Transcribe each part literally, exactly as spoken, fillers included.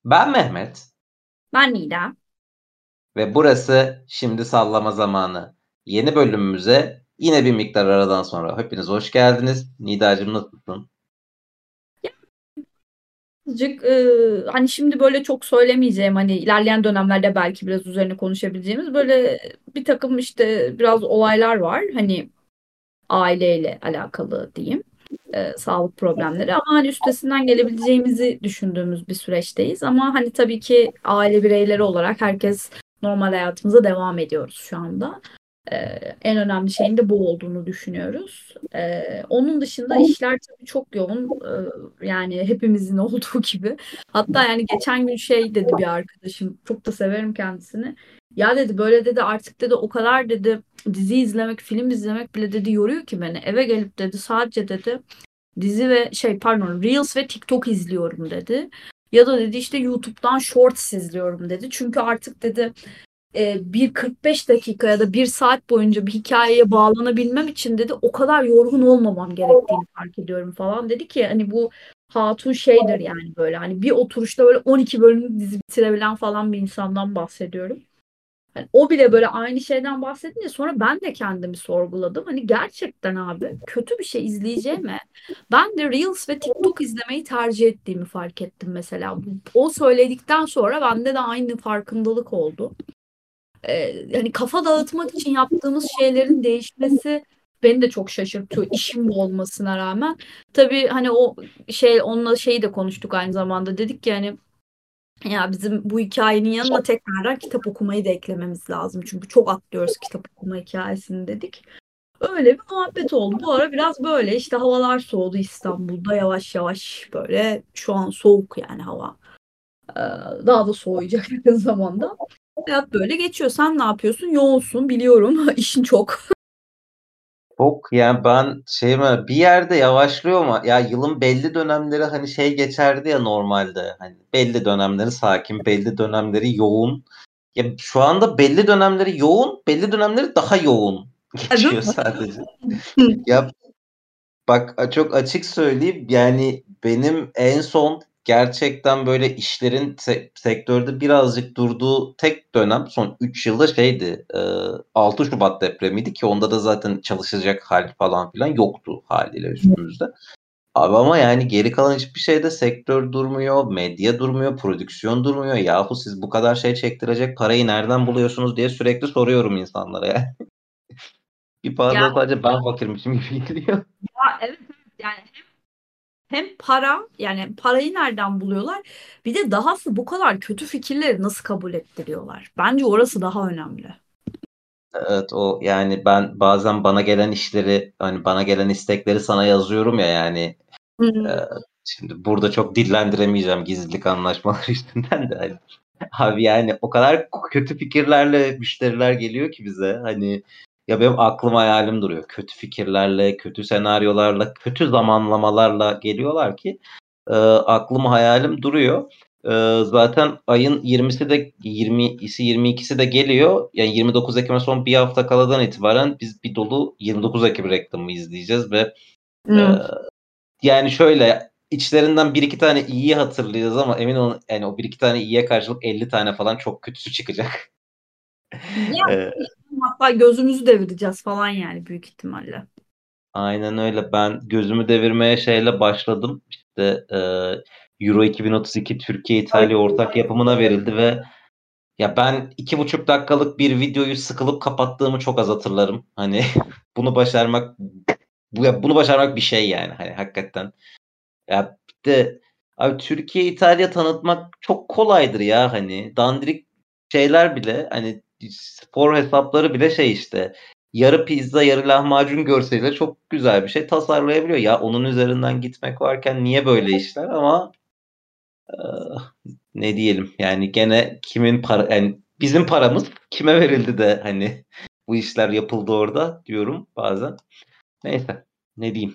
Ben Mehmet Ben Nida. ve burası Şimdi Sallama Zamanı. Yeni bölümümüze yine bir miktar aradan sonra hepiniz hoş geldiniz. Nidacığım nasılsın? Birazcık e, hani şimdi böyle çok söylemeyeceğim, hani ilerleyen dönemlerde belki biraz üzerine konuşabileceğimiz böyle bir takım işte biraz olaylar var. Hani aileyle alakalı diyeyim. E, sağlık problemleri, ama hani üstesinden gelebileceğimizi düşündüğümüz bir süreçteyiz. Ama hani tabii ki aile bireyleri olarak herkes normal hayatımıza devam ediyoruz şu anda. Ee, en önemli şeyin de bu olduğunu düşünüyoruz. Ee, onun dışında işler tabii çok yoğun. Ee, yani hepimizin olduğu gibi. Hatta yani geçen gün şey dedi bir arkadaşım, çok da severim kendisini. Ya dedi, böyle dedi artık dedi o kadar dedi dizi izlemek, film izlemek bile dedi yoruyor ki beni. Eve gelip dedi sadece dedi dizi ve şey pardon Reels ve TikTok izliyorum dedi. Ya da dedi işte YouTube'dan Shorts izliyorum dedi. Çünkü artık dedi e, bir kırk beş dakika ya da bir saat boyunca bir hikayeye bağlanabilmem için dedi o kadar yorgun olmamam gerektiğini fark ediyorum falan dedi ki hani bu hatun şeydir yani, böyle hani bir oturuşta böyle on iki bölümlük dizi bitirebilen falan bir insandan bahsediyorum. Hani o bile böyle aynı şeyden bahsedince sonra ben de kendimi sorguladım. Hani gerçekten abi kötü bir şey izleyeceğime ben de Reels ve TikTok izlemeyi tercih ettiğimi fark ettim mesela. O söyledikten sonra bende de aynı farkındalık oldu. Ee, hani kafa dağıtmak için yaptığımız şeylerin değişmesi beni de çok şaşırtıyor, işim bu olmasına rağmen. Tabii hani o şey, onunla şeyi de konuştuk aynı zamanda, dedik ki hani ya bizim bu hikayenin yanına tekrardan kitap okumayı da eklememiz lazım. Çünkü çok atlıyoruz kitap okuma hikayesini dedik. Öyle bir muhabbet oldu. Bu ara biraz böyle işte havalar soğudu İstanbul'da, yavaş yavaş böyle şu an soğuk yani hava. Ee, Daha da soğuyacak yakın zamanda. Hayat böyle geçiyor. Sen ne yapıyorsun? Yoğunsun biliyorum. İşin çok. Çok yani ben şey mi bir yerde yavaşlıyor ama ya yılın belli dönemleri hani şey geçerdi ya normalde hani belli dönemleri sakin belli dönemleri yoğun. Ya şu anda belli dönemleri yoğun belli dönemleri daha yoğun Değil geçiyor sadece. mi? Ya bak çok açık söyleyeyim yani benim en son gerçekten böyle işlerin se- sektörde birazcık durduğu tek dönem son üç yılda şeydi. E, altı Şubat depremiydi ki onda da zaten çalışacak hal falan filan yoktu haliyle üstümüzde. Abi ama yani geri kalan hiçbir şeyde sektör durmuyor, medya durmuyor, prodüksiyon durmuyor. Yahu siz bu kadar şey çektirecek parayı nereden buluyorsunuz diye sürekli soruyorum insanlara ya. Bir Ya, parada sadece ben fakirmişim gibi geliyor. ya evet evet. Yani hem para, yani parayı nereden buluyorlar? Bir de dahası bu kadar kötü fikirleri nasıl kabul ettiriyorlar? Bence orası daha önemli. Evet o yani ben bazen bana gelen işleri hani bana gelen istekleri sana yazıyorum ya yani Hı e, hı. şimdi burada çok dillendiremeyeceğim gizlilik anlaşmaları üstünden de hani abi yani o kadar kötü fikirlerle müşteriler geliyor ki bize hani ya benim aklım hayalim duruyor. Kötü fikirlerle, kötü senaryolarla, kötü zamanlamalarla geliyorlar ki e, aklım hayalim duruyor. E, zaten ayın yirmisi de yirmisi yirmi ikisi de geliyor. Yani yirmi dokuz Ekim'e son bir hafta kaladan itibaren biz bir dolu yirmi dokuz Ekim reklamı izleyeceğiz ve e, Hı. yani şöyle içlerinden bir iki tane iyiyi hatırlayacağız ama emin olun yani o bir iki tane iyiye karşılık elli tane falan çok kötüsü çıkacak. Ya E, hatta gözümüzü devireceğiz falan yani, büyük ihtimalle. aynen öyle. Ben gözümü devirmeye şeyle başladım. İşte e, Euro iki bin otuz iki Türkiye Ay, İtalya ortak yapımına verildi ve ya ben iki buçuk dakikalık bir videoyu sıkılıp kapattığımı çok az hatırlarım. Hani bunu başarmak bu ya bunu başarmak bir şey yani hani hakikaten. Ya bir de abi Türkiye İtalya tanıtmak çok kolaydır ya hani dandirik şeyler bile hani spor hesapları bile şey işte yarı pizza yarı lahmacun görseliyle çok güzel bir şey tasarlayabiliyor. Ya onun üzerinden gitmek varken niye böyle işler ama ah, ne diyelim yani gene kimin para yani bizim paramız kime verildi de hani bu işler yapıldı orada diyorum bazen. Neyse ne diyeyim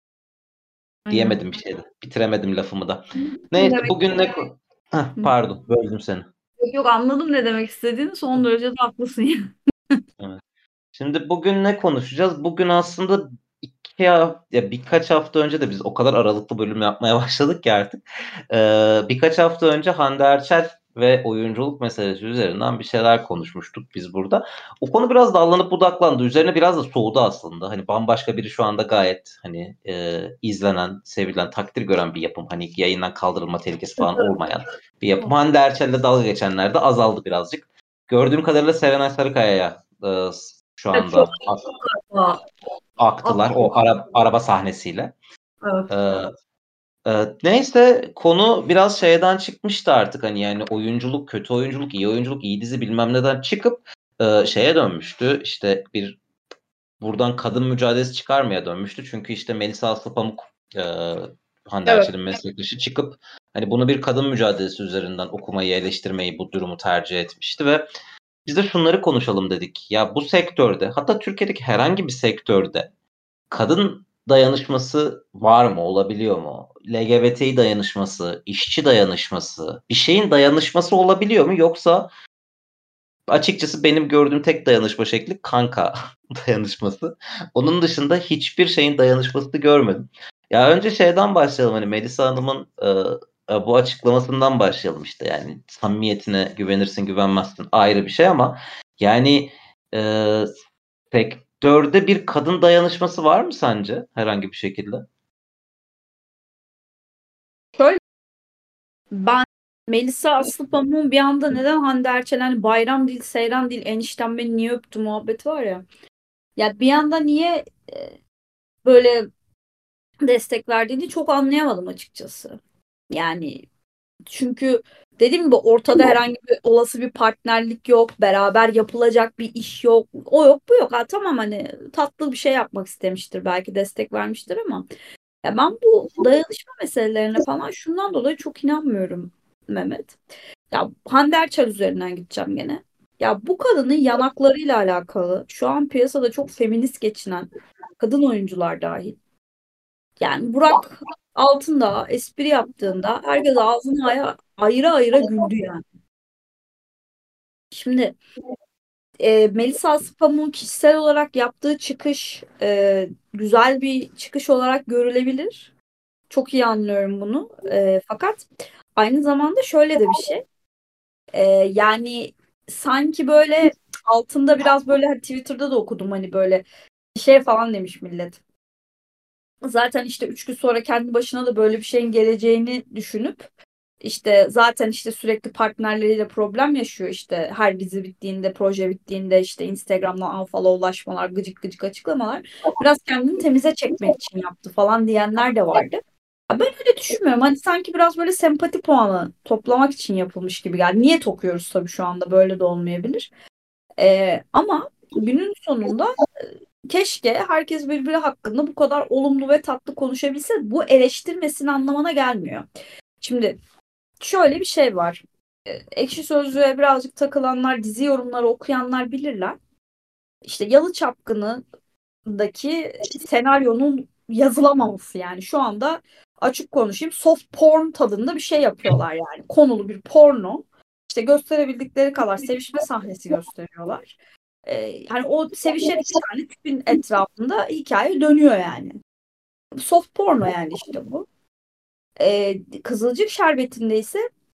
aynen. diyemedim bir şey de. Bitiremedim lafımı da. Ne Neyse demek? bugün ne ko- Heh, pardon böldüm seni. Yok yok, anladım ne demek istediğini. Son derece de haklısın ya. Evet. Şimdi bugün ne konuşacağız? Bugün aslında iki ya, ya birkaç hafta önce de biz o kadar aralıklı bölüm yapmaya başladık ki artık. Ee, birkaç hafta önce Hande Erçel ve oyunculuk meselesi üzerinden bir şeyler konuşmuştuk biz burada. O konu biraz dallanıp budaklandı. Üzerine biraz da soğudu aslında. Hani bambaşka biri şu anda gayet hani e, izlenen, sevilen, takdir gören bir yapım. Hani yayından kaldırılma tehlikesi falan olmayan bir yapım. Hande Erçel'le dalga geçenler de azaldı birazcık. Gördüğüm kadarıyla Serenay Sarıkaya'ya e, şu Evet, çok anda aktılar o ara, araba sahnesiyle. Evet. Ee, e, neyse konu biraz şeyden çıkmıştı artık hani yani oyunculuk, kötü oyunculuk, iyi oyunculuk, iyi dizi bilmem neden çıkıp e, şeye dönmüştü. İşte bir buradan kadın mücadelesi çıkarmaya dönmüştü. Çünkü işte Melisa Aslı Pamuk e, Hande Evet. Erçel'in meslektaşı çıkıp hani bunu bir kadın mücadelesi üzerinden okumayı, eleştirmeyi, bu durumu tercih etmişti ve biz de şunları konuşalım dedik. Ya bu sektörde, hatta Türkiye'deki herhangi bir sektörde kadın dayanışması var mı? Olabiliyor mu? L G B T dayanışması, işçi dayanışması, bir şeyin dayanışması olabiliyor mu? Yoksa açıkçası benim gördüğüm tek dayanışma şekli kanka dayanışması. Onun dışında hiçbir şeyin dayanışmasını görmedim. Ya önce şeyden başlayalım hani Melisa Hanım'ın e, e, bu açıklamasından başlayalım işte yani samimiyetine güvenirsin güvenmezsin ayrı bir şey ama yani e, sektörde bir kadın dayanışması var mı sence herhangi bir şekilde? Şöyle, ben Melisa Aslı Pamuk'un bir anda neden Hande Erçel hani bayram değil, seyran değil, eniştem beni niye öptü muhabbeti var ya. Ya bir anda niye e, böyle destek verdiğini çok anlayamadım açıkçası. Yani çünkü dediğim gibi ortada herhangi bir olası bir partnerlik yok, beraber yapılacak bir iş yok, o yok bu yok. Ha, tamam hani tatlı bir şey yapmak istemiştir, belki destek vermiştir ama ya ben bu dayanışma meselelerine falan şundan dolayı çok inanmıyorum Mehmet. Ya Hande Erçel üzerinden gideceğim gene. Ya bu kadının yanaklarıyla alakalı şu an piyasada çok feminist geçinen kadın oyuncular dahil. Yani Burak Altındağ espri yaptığında herkes ağzını aya, ayıra ayıra güldü yani. Şimdi e, Melisa Aslı kişisel olarak yaptığı çıkış e, güzel bir çıkış olarak görülebilir. Çok iyi anlıyorum bunu. E, fakat aynı zamanda şöyle de bir şey. E, yani sanki böyle altında biraz böyle hani Twitter'da da okudum hani böyle şey falan demiş millet. Zaten işte üç gün sonra kendi başına da böyle bir şeyin geleceğini düşünüp işte zaten işte sürekli partnerleriyle problem yaşıyor işte her dizi bittiğinde, proje bittiğinde işte Instagram'dan unfollow'laşmalar, gıcık gıcık açıklamalar biraz kendini temize çekmek için yaptı falan diyenler de vardı. Ya ben öyle düşünmüyorum. Hani sanki biraz böyle sempati puanı toplamak için yapılmış gibi geldi. Niyet okuyoruz tabii şu anda böyle de olmayabilir. Ee, ama günün sonunda keşke herkes birbiri hakkında bu kadar olumlu ve tatlı konuşabilse. Bu eleştirmesinin anlamına gelmiyor. Şimdi şöyle bir şey var. E, Ekşi Sözlüğe birazcık takılanlar, dizi yorumları okuyanlar bilirler. İşte Yalı Çapkını'ndaki senaryonun yazılamaması yani. Şu anda açık konuşayım soft porn tadında bir şey yapıyorlar yani. Konulu bir porno. İşte gösterebildikleri kadar sevişme sahnesi gösteriyorlar. Ee, hani o sevişen iki tane tipin etrafında hikaye dönüyor yani. Soft porno yani işte bu. Ee, Kızılcık Şerbeti'nde ise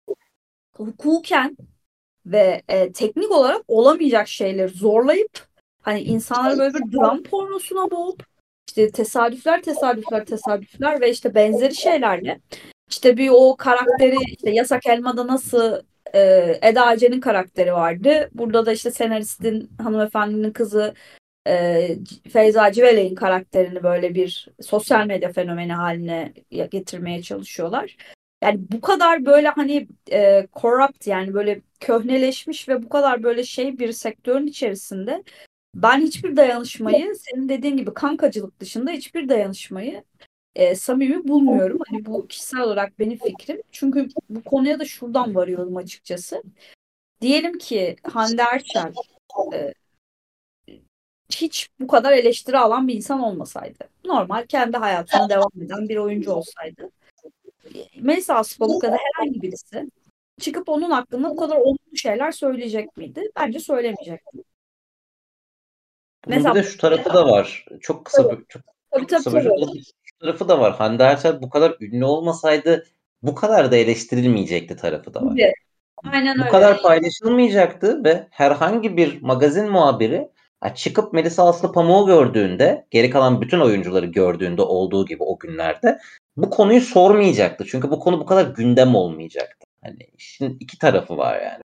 hukuken ve e, teknik olarak olamayacak şeyleri zorlayıp hani insanları böyle bir dram pornosuna boğup işte tesadüfler tesadüfler tesadüfler ve işte benzeri şeylerle işte bir o karakteri işte Yasak Elma'da nasıl e, Eda Ece'nin karakteri vardı. Burada da işte senaristin hanımefendinin kızı e, Feyza Civelek'in karakterini böyle bir sosyal medya fenomeni haline getirmeye çalışıyorlar. Yani bu kadar böyle hani e, corrupt yani böyle köhneleşmiş ve bu kadar böyle şey bir sektörün içerisinde ben hiçbir dayanışmayı senin dediğin gibi kankacılık dışında hiçbir dayanışmayı e, samimi bulmuyorum. Hani bu kişisel olarak benim fikrim. Çünkü bu konuya da şuradan varıyorum açıkçası. Diyelim ki Hande Erçel e, hiç bu kadar eleştiri alan bir insan olmasaydı. Normal kendi hayatına devam eden bir oyuncu olsaydı. Melisa Aspalık ya da herhangi birisi çıkıp onun hakkında bu kadar olumlu şeyler söyleyecek miydi? Bence söylemeyecekti. Bunun bir Mesela de şu tarafı da var. Çok kısa evet, bir, çok Tabii tabii Savaş tabii. tarafı da var. Hande Erçel bu kadar ünlü olmasaydı bu kadar da eleştirilmeyecekti tarafı da var. Gibi. Aynen Bu öyle. kadar paylaşılmayacaktı ve herhangi bir magazin muhabiri çıkıp Melisa Aslı Pamuk'u gördüğünde, geri kalan bütün oyuncuları gördüğünde olduğu gibi o günlerde bu konuyu sormayacaktı. Çünkü bu konu bu kadar gündem olmayacaktı. Hani işin iki tarafı var yani.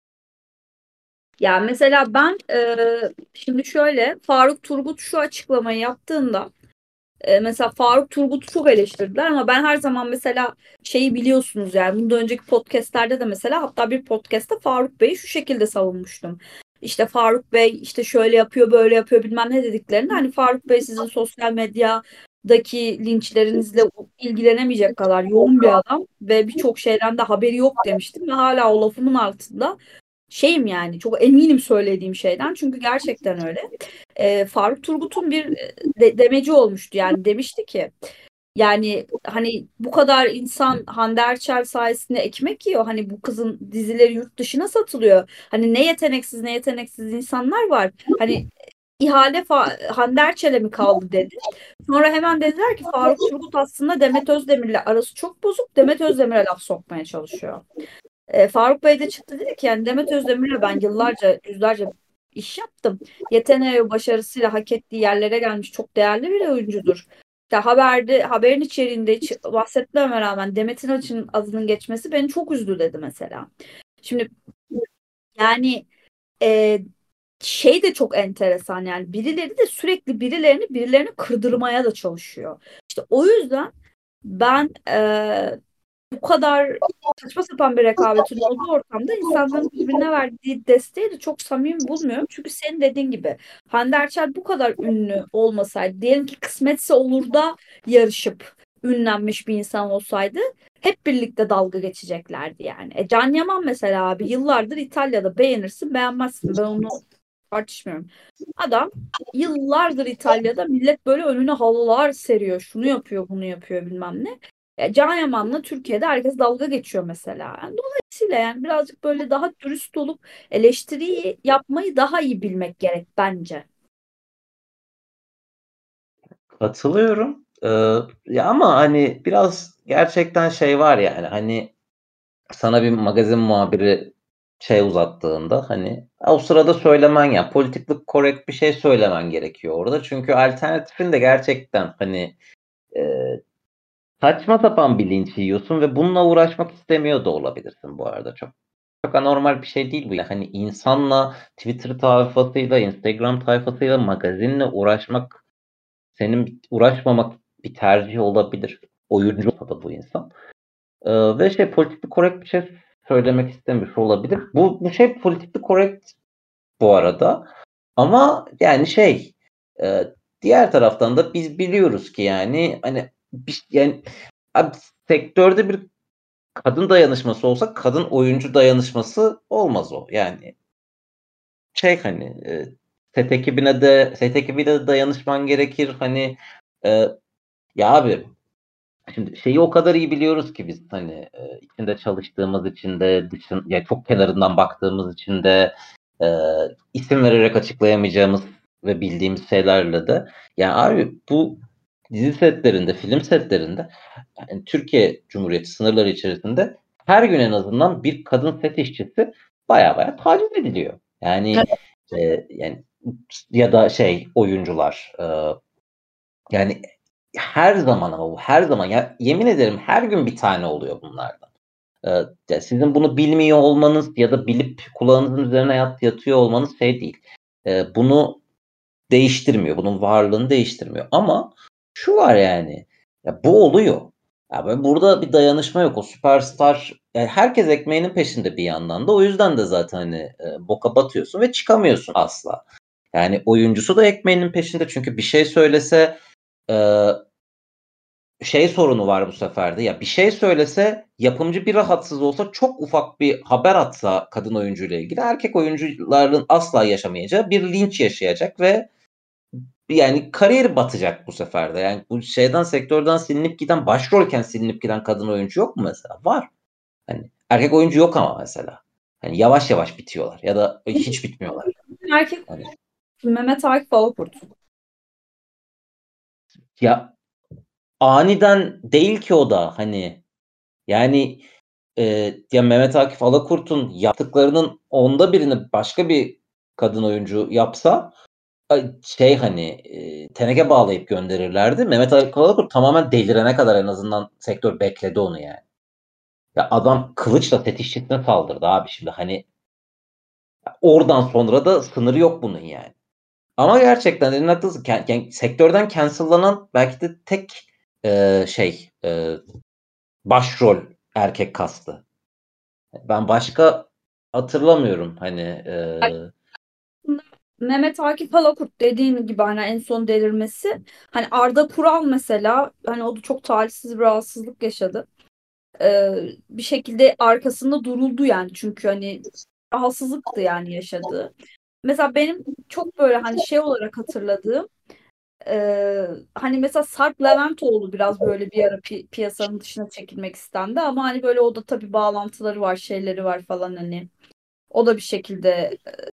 Ya mesela ben e, şimdi şöyle Faruk Turgut şu açıklamayı yaptığında e, mesela Faruk Turgut'u çok eleştirdiler ama ben her zaman mesela şeyi biliyorsunuz yani bundan önceki podcastlerde de mesela hatta bir podcastta Faruk Bey'i şu şekilde savunmuştum. İşte Faruk Bey işte şöyle yapıyor böyle yapıyor bilmem ne dediklerinde hani Faruk Bey sizin sosyal medyadaki linçlerinizle ilgilenemeyecek kadar yoğun bir adam ve birçok şeyden de haberi yok demiştim ve hala o lafımın altında şeyim yani çok eminim söylediğim şeyden çünkü gerçekten öyle. Ee, Faruk Turgut'un bir de- demeci olmuştu yani demişti ki yani hani bu kadar insan Hande Erçel sayesinde ekmek yiyor. Hani bu kızın dizileri yurt dışına satılıyor. Hani ne yeteneksiz ne yeteneksiz insanlar var. Hani ihale fa- Hande Erçel'e mi kaldı dedi. Sonra hemen dediler ki Faruk Turgut aslında Demet Özdemir'le arası çok bozuk. Demet Özdemir'e laf sokmaya çalışıyor. E, Faruk Bey de çıktı dedi ki yani Demet Özdemir'le ben yıllarca yüzlerce iş yaptım. Yeteneği ve başarısıyla hak ettiği yerlere gelmiş çok değerli bir oyuncudur. İşte haberde, haberin içeriğinde hiç bahsetmeme rağmen Demet İnanç'ın adının geçmesi beni çok üzdü dedi mesela. Şimdi yani e, şey de çok enteresan yani birileri de sürekli birilerini birilerini kırdırmaya da çalışıyor. İşte o yüzden ben e, bu kadar saçma sapan bir rekabetin olduğu ortamda insanların birbirine verdiği desteği de çok samimi bulmuyorum. Çünkü senin dediğin gibi Hande Erçel bu kadar ünlü olmasaydı, diyelim ki kısmetse olur da yarışıp ünlenmiş bir insan olsaydı hep birlikte dalga geçeceklerdi yani. E, Can Yaman mesela abi yıllardır İtalya'da beğenirsin beğenmezsin ben onu tartışmıyorum. Adam yıllardır İtalya'da millet böyle önüne halılar seriyor. Şunu yapıyor, bunu yapıyor bilmem ne. Ya Can Yaman'la Türkiye'de herkes dalga geçiyor mesela. Yani dolayısıyla yani birazcık böyle daha dürüst olup eleştiriyi yapmayı daha iyi bilmek gerek bence. Katılıyorum. Ee, ya ama hani biraz gerçekten şey var yani hani sana bir magazin muhabiri şey uzattığında hani o sırada söylemen ya politiklik korrekt bir şey söylemen gerekiyor orada. Çünkü alternatifin de gerçekten hani e, saçma sapan bir linç yiyorsun ve bununla uğraşmak istemiyor da olabilirsin bu arada. Çok çok anormal bir şey değil bu. Yani hani insanla Twitter sayfasıyla, Instagram sayfasıyla, magazinle uğraşmak senin uğraşmamak bir tercih olabilir. Oyuncu da bu insan. Ee, ve şey politikli korrekt bir şey söylemek istemiş olabilir. Bu, bu şey politikli korrekt bu arada. Ama yani şey e, diğer taraftan da biz biliyoruz ki yani hani bir, yani abi, sektörde bir kadın dayanışması olsa kadın oyuncu dayanışması olmaz o. Yani şey hani e, set ekibine de set ekibine de dayanışman gerekir. Hani e, ya abi şimdi şeyi o kadar iyi biliyoruz ki biz hani e, içinde çalıştığımız için de dışın ya çok kenarından baktığımız için de e, isim vererek açıklayamayacağımız ve bildiğimiz şeylerle de yani abi bu dizi setlerinde, film setlerinde yani Türkiye Cumhuriyeti sınırları içerisinde her gün en azından bir kadın set işçisi baya baya taciz ediliyor. Yani e, yani ya da şey oyuncular e, yani her zaman ama bu her zaman ya yemin ederim her gün bir tane oluyor bunlardan. Eee, ya sizin bunu bilmiyor olmanız ya da bilip kulağınızın üzerine yat yatıyor olmanız şey değil. Eee, bunu değiştirmiyor. Bunun varlığını değiştirmiyor. Ama şu var yani. Ya bu oluyor. Ya böyle burada bir dayanışma yok. O süperstar yani herkes ekmeğinin peşinde bir yandan da. O yüzden de zaten hani e, boka batıyorsun ve çıkamıyorsun asla. Yani oyuncusu da ekmeğinin peşinde çünkü bir şey söylese e, şey sorunu var bu sefer de. Ya bir şey söylese, yapımcı bir rahatsız olsa, çok ufak bir haber atsa kadın oyuncuyla ilgili erkek oyuncuların asla yaşamayacağı bir linç yaşayacak ve yani kariyeri batacak bu sefer de. Yani bu şeyden sektörden silinip giden, başrolken silinip giden kadın oyuncu yok mu mesela? Var. Hani erkek oyuncu yok ama mesela. Hani yavaş yavaş bitiyorlar ya da hiç bitmiyorlar. Erkek Hani Mehmet Akif Alakurt. ya aniden değil ki o da hani. Yani, eee, ya Mehmet Akif Alakurt'un yaptıklarının onda birini başka bir kadın oyuncu yapsa, ay şey hani, eee, teneke bağlayıp gönderirlerdi. Mehmet Akif Alakurt tamamen delirene kadar en azından sektör bekledi onu yani. Ya adam kılıçla set işçisine saldırdı abi şimdi hani. Oradan sonra da sınırı yok bunun yani. Ama gerçekten dediğin haklısın. Ken ken sektörden cancel'lanan belki de tek, eee, şey, eee, başrol erkek kastı. Ben başka hatırlamıyorum hani, eee Mehmet Akif Alakurt dediğin gibi hani en son delirmesi. Hani Arda Kural mesela hani o da çok talihsiz bir rahatsızlık yaşadı. Ee, bir şekilde arkasında duruldu yani çünkü hani rahatsızlıktı yani yaşadığı. Mesela benim çok böyle hani şey olarak hatırladığım e, hani mesela Sarp Leventoğlu biraz böyle bir ara pi- piyasanın dışına çekilmek istendi ama hani böyle o da tabii bağlantıları var şeyleri var falan hani o da bir şekilde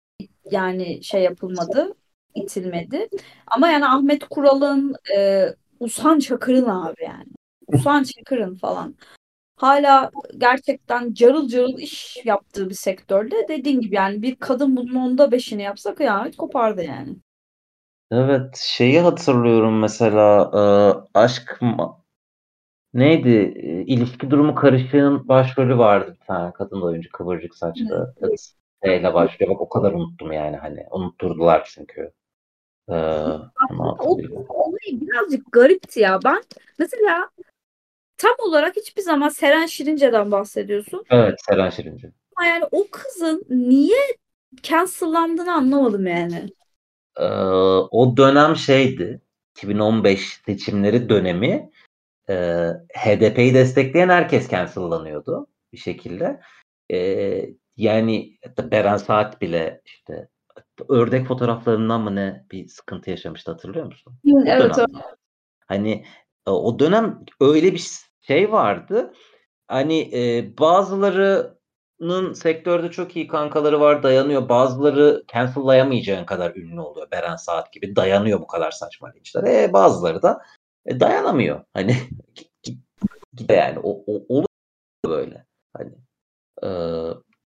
yani şey yapılmadı, itilmedi. Ama yani Ahmet Kural'ın, e, Usan Çakır'ın abi yani. Usan Çakır'ın falan. Hala gerçekten carıl carıl iş yaptığı bir sektörde dediğin gibi yani bir kadın bunun onda beşini yapsa kıyamet kopardı yani. Evet, şeyi hatırlıyorum mesela, eee, Aşk ma neydi? Eee, İlişki Durumu Karışık'ın başrolü vardı bir tane kadın oyuncu, kıvırcık saçlı. Kız T ile başlıyor. Bak o kadar unuttum yani hani. Unutturdular çünkü. Eee, onu Aslında o hatırlıyorum. olayı birazcık garipti ya. Ben mesela tam olarak hiçbir zaman Seren Şirince'den bahsediyorsun. Evet, Seren Şirince. Ama yani o kızın niye cancellandığını anlamadım yani. Eee, o dönem şeydi, iki bin on beş seçimleri dönemi, eee, H D P'yi destekleyen herkes cancel'lanıyordu bir şekilde. Eee, yani hatta Beren Saat bile işte ördek fotoğraflarından mı ne bir sıkıntı yaşamıştı hatırlıyor musun? Hı, O evet, dönem. evet. Hani, eee, o dönem öyle bir s şey vardı. Hani, eee, bazılarının sektörde çok iyi kankaları var, dayanıyor. Bazıları cancel'layamayacağın kadar ünlü oluyor. Beren Saat gibi dayanıyor bu kadar saçma linçlere. Eee, bazıları da, e, dayanamıyor. Hani git git git yani o o oluyor böyle. Hani, eee,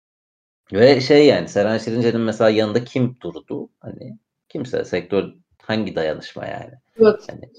ve şey yani Seren Şirince'nin mesela yanında kim durdu? Hani kimse. Sektör hangi dayanışma yani? Evet. Hani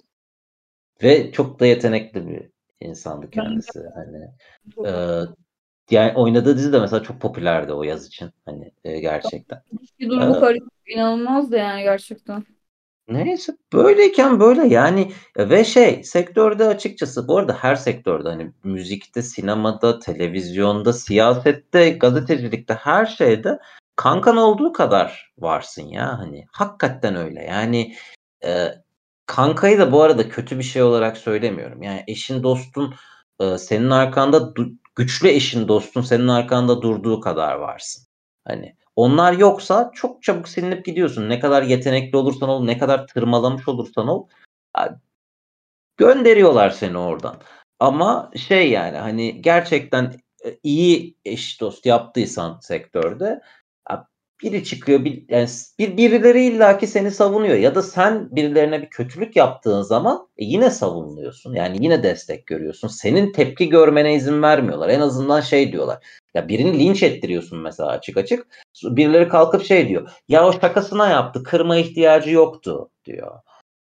ve çok da yetenekli bir insandı Bence kendisi. Hani, çok. eee, yani oynadığı dizi de mesela çok popülerdi o yaz için. Hani, eee, gerçekten. Bir Eee, durumu karışık. İnanılmazdı yani gerçekten. neyse böyleyken böyle yani ve şey sektörde açıkçası bu arada her sektörde hani müzikte, sinemada, televizyonda, siyasette, gazetecilikte her şeyde kankan olduğu kadar varsın ya hani. Hakikaten öyle. Yani, eee, kankayı da bu arada kötü bir şey olarak söylemiyorum. Yani eşin, dostun, eee, senin arkanda du güçlü eşin, dostun senin arkanda durduğu kadar varsın. Hani onlar yoksa çok çabuk silinip gidiyorsun. Ne kadar yetenekli olursan ol, ne kadar tırmalamış olursan ol, a gönderiyorlar seni oradan. Ama şey yani, hani, gerçekten, eee, iyi eş dost yaptıysan sektörde, a biri çıkıyor, bir yani s bir birileri illaki seni savunuyor ya da sen birilerine bir kötülük yaptığın zaman, e, yine savunuluyorsun. Yani yine destek görüyorsun. Senin tepki görmene izin vermiyorlar. En azından şey diyorlar, ya birini linç ettiriyorsun mesela açık açık. Su birileri kalkıp şey diyor, "Ya o şakasına yaptı, kırma ihtiyacı yoktu." diyor.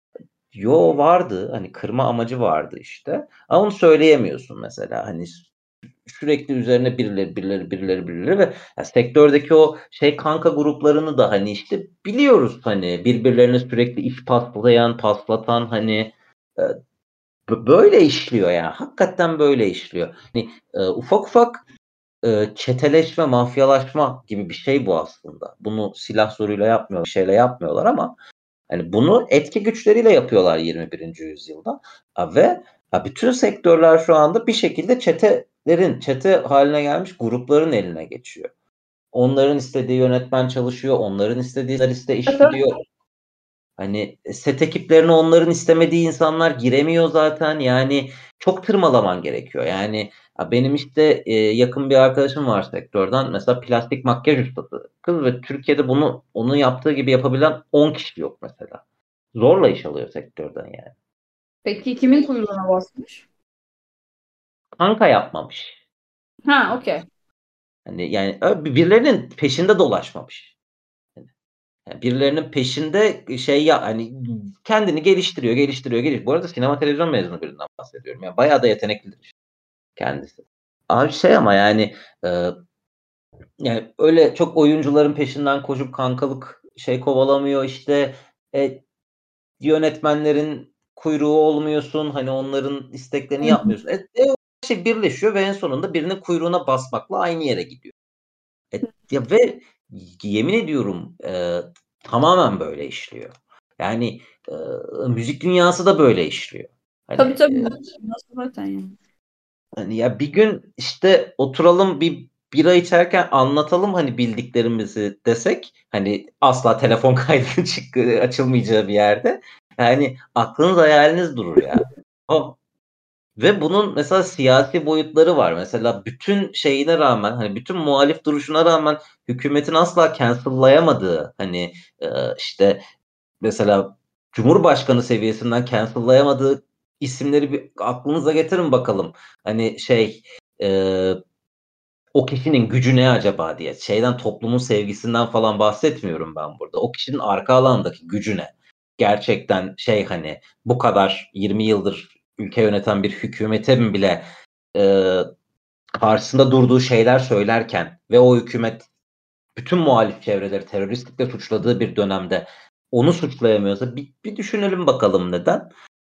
Yo, vardı. Hani kırma amacı vardı işte ama onu söyleyemiyorsun mesela. Hani s sürekli üzerine birileri, birileri, birileri, birileri ve ya sektördeki o şey kanka gruplarını da, hani, işte, biliyoruz, hani, birbirlerine sürekli iş paslayan, paslatan, hani, eee, bö böyle işliyor ya. Hakikaten böyle işliyor. Hani, eee, ufak ufak, eee, çeteleşme, mafyalaşma gibi bir şey bu aslında. Bunu silah zoruyla yapmıyorlar, bir şeyle yapmıyorlar ama hani bunu etki güçleriyle yapıyorlar yirmi birinci yüzyılda. A, ve a, bütün sektörler şu anda bir şekilde çetelerin, çete haline gelmiş grupların eline geçiyor. Onların istediği yönetmen çalışıyor, onların istediği senariste iş gidiyor. Hani, e, set ekiplerine onların istemediği insanlar giremiyor zaten. Yani çok tırmalaman gerekiyor. Yani, a, benim, işte, eee, yakın bir arkadaşım var sektörden. Mesela plastik makyaj ustası kız ve Türkiye'de bunu onun yaptığı gibi yapabilen on kişi yok mesela. Zorla iş alıyor sektörden yani. Peki kimin kuyruğuna basmış? Kanka yapmamış. Ha, okey. Hani yani ö birilerinin peşinde dolaşmamış. Hani, yani birilerinin peşinde şey ya hani kendini geliştiriyor, geliştiriyor, geliş Bu arada sinema televizyon mezunu birinden bahsediyorum. Yani bayağı da yeteneklidir kendisi. Abi şey ama yani, eee, yani öyle çok oyuncuların peşinden koşup kankalık şey kovalamıyor, işte, eee, yönetmenlerin kuyruğu olmuyorsun, hani onların isteklerini Hı hı. yapmıyorsun. E, e, o şey birleşiyor ve en sonunda birinin kuyruğuna basmakla aynı yere gidiyor. E, ya ve yemin ediyorum, eee, tamamen böyle işliyor. Yani, eee, müzik dünyası da böyle işliyor. Tabii, Hani, tabii. eee Nasıl zaten yani. Hani ya bir gün işte oturalım bir bira içerken anlatalım hani bildiklerimizi desek, hani asla telefon kaydının çık açılmayacağı bir yerde, yani aklınız hayaliniz durur ya. O ve bunun mesela siyasi boyutları var. Mesela bütün şeyine rağmen, hani bütün muhalif duruşuna rağmen hükümetin asla cancel'layamadığı, hani, eee, işte mesela cumhurbaşkanı seviyesinden cancel'layamadığı isimleri bir aklınıza getirin bakalım. Hani şey, eee, o kişinin gücü ne acaba diye. Şeyden, toplumun sevgisinden falan bahsetmiyorum ben burada. O kişinin arka alandaki gücü ne? Gerçekten şey, hani, bu kadar yirmi yıldır ülke yöneten bir hükümetin bile, eee, karşısında durduğu şeyler söylerken ve o hükümet bütün muhalif çevreleri teröristlikle suçladığı bir dönemde onu suçlayamıyorsa bir bir düşünelim bakalım neden?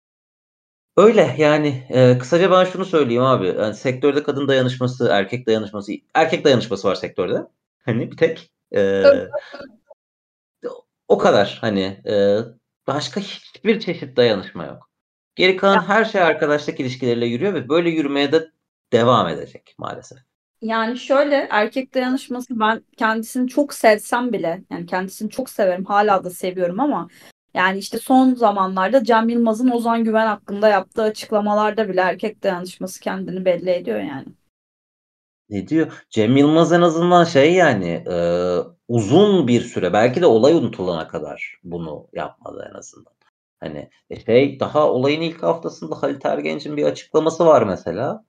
Öyle, yani, eee, kısaca ben şunu söyleyeyim abi, hani, sektörde kadın dayanışması, erkek dayanışması erkek dayanışması var sektörde. Hani, bir tek. Tabii, Eee, tabii. o o kadar. Hani, eee, başka hiçbir çeşit dayanışma yok. Geri kalan Ya her şey arkadaşlık ilişkileriyle yürüyor ve böyle yürümeye de devam edecek maalesef. Yani şöyle, erkek dayanışması, ben kendisini çok sevsem bile, yani kendisini çok severim, hala da seviyorum ama yani işte son zamanlarda Cem Yılmaz'ın Ozan Güven hakkında yaptığı açıklamalarda bile erkek dayanışması kendini belli ediyor yani. Ne diyor? Cem Yılmaz en azından şey yani, eee, uzun bir süre belki de olay unutulana kadar bunu yapmadı en azından. Hani, e, şey daha olayın ilk haftasında Halit Ergenç'in bir açıklaması var mesela.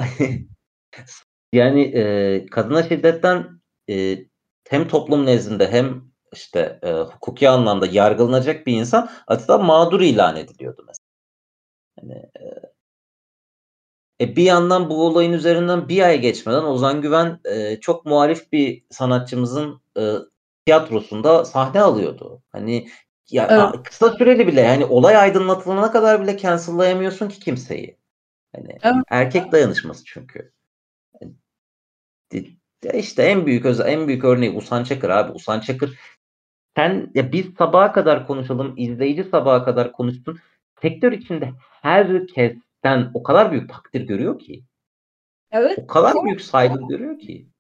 Yani, eee, kadına şiddetten, eee, hem toplum nezdinde hem işte, eee, hukuki anlamda yargılanacak bir insan hatta mağdur ilan ediliyordu mesela. Hani, E, bir yandan bu olayın üzerinden bir ay geçmeden Ozan Güven, eee, çok muhalif bir sanatçımızın, ııı, tiyatrosunda sahne alıyordu. Hani, ya, Evet. a kısa süreli bile, yani, olay aydınlatılana kadar bile cancel'layamıyorsun ki kimseyi. Hani, Evet. erkek dayanışması çünkü. Hani, di ya, işte, en büyük öz en büyük örneği Usan Çakır abi. Usan Çakır sen ya, biz sabaha kadar konuşalım, izleyici sabaha kadar konuşsun. Sektör içinde herkesten o kadar büyük takdir görüyor ki. Evet. O kadar Çok büyük saygı görüyor ki.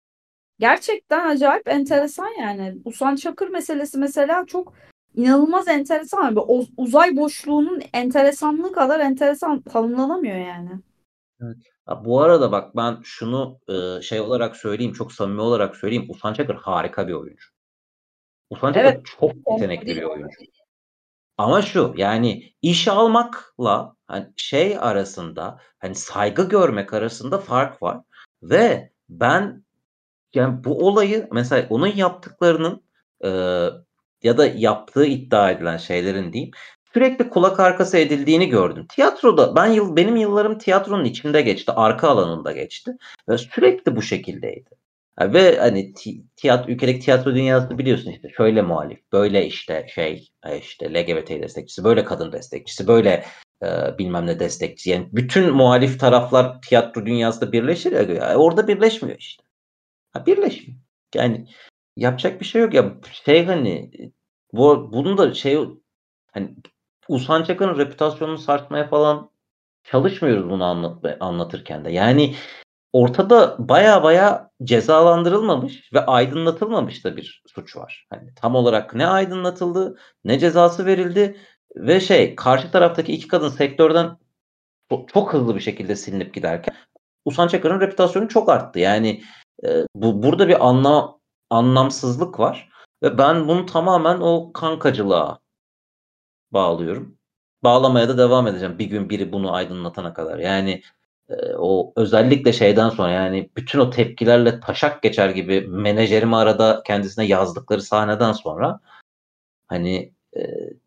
gerçekten acayip enteresan yani. Usan Çakır meselesi mesela çok inanılmaz enteresan. Böyle o uzay boşluğunun enteresanlığı kadar enteresan tanımlanamıyor yani. Evet. A, bu arada bak ben şunu, ııı, şey olarak söyleyeyim, çok samimi olarak söyleyeyim. Oğuzhan Çakır harika bir oyuncu. Oğuzhan Evet. Çakır çok Kombo yetenekli değil. bir oyuncu. Ama şu, yani iş almakla, hani, şey arasında, hani, saygı görmek arasında fark var ve ben, yani, bu olayı mesela onun yaptıklarının, ııı, ya da yaptığı iddia edilen şeylerin diyeyim, sürekli kulak arkası edildiğini gördüm. Tiyatroda ben yıl benim yıllarım tiyatronun içinde geçti, arka alanında geçti ve sürekli bu şekildeydi. Ha ve, hani, ti tiyat ülkedeki tiyatro dünyası biliyorsun, işte, şöyle muhalif, böyle, işte, şey, eee, işte, L G B T destekçisi, böyle kadın destekçisi, böyle, eee, bilmem ne destekçisi. Yani bütün muhalif taraflar tiyatro dünyasında birleşir ya, orada birleşmiyor işte. Ha, birleşmiyor. Yani yapacak bir şey yok ya. Şey, hani, bu bunun da şey, hani, Oğuzhan Çakır'ın reputasyonunu sarsmaya falan çalışmıyoruz bunu anlatma anlatırken de. Yani ortada baya baya cezalandırılmamış ve aydınlatılmamış da bir suç var. Hani tam olarak ne aydınlatıldı, ne cezası verildi ve şey, karşı taraftaki iki kadın sektörden çok çok hızlı bir şekilde silinip giderken Oğuzhan Çakır'ın reputasyonu çok arttı. Yani, eee, bu burada bir anla anlamsızlık var ve ben bunu tamamen o kankacılığa bağlıyorum. bağlamaya da devam edeceğim bir gün biri bunu aydınlatana kadar. Yani e, o özellikle şeyden sonra yani bütün o tepkilerle taşak geçer gibi menajerimi arada kendisine yazdıkları sahneden sonra hani e,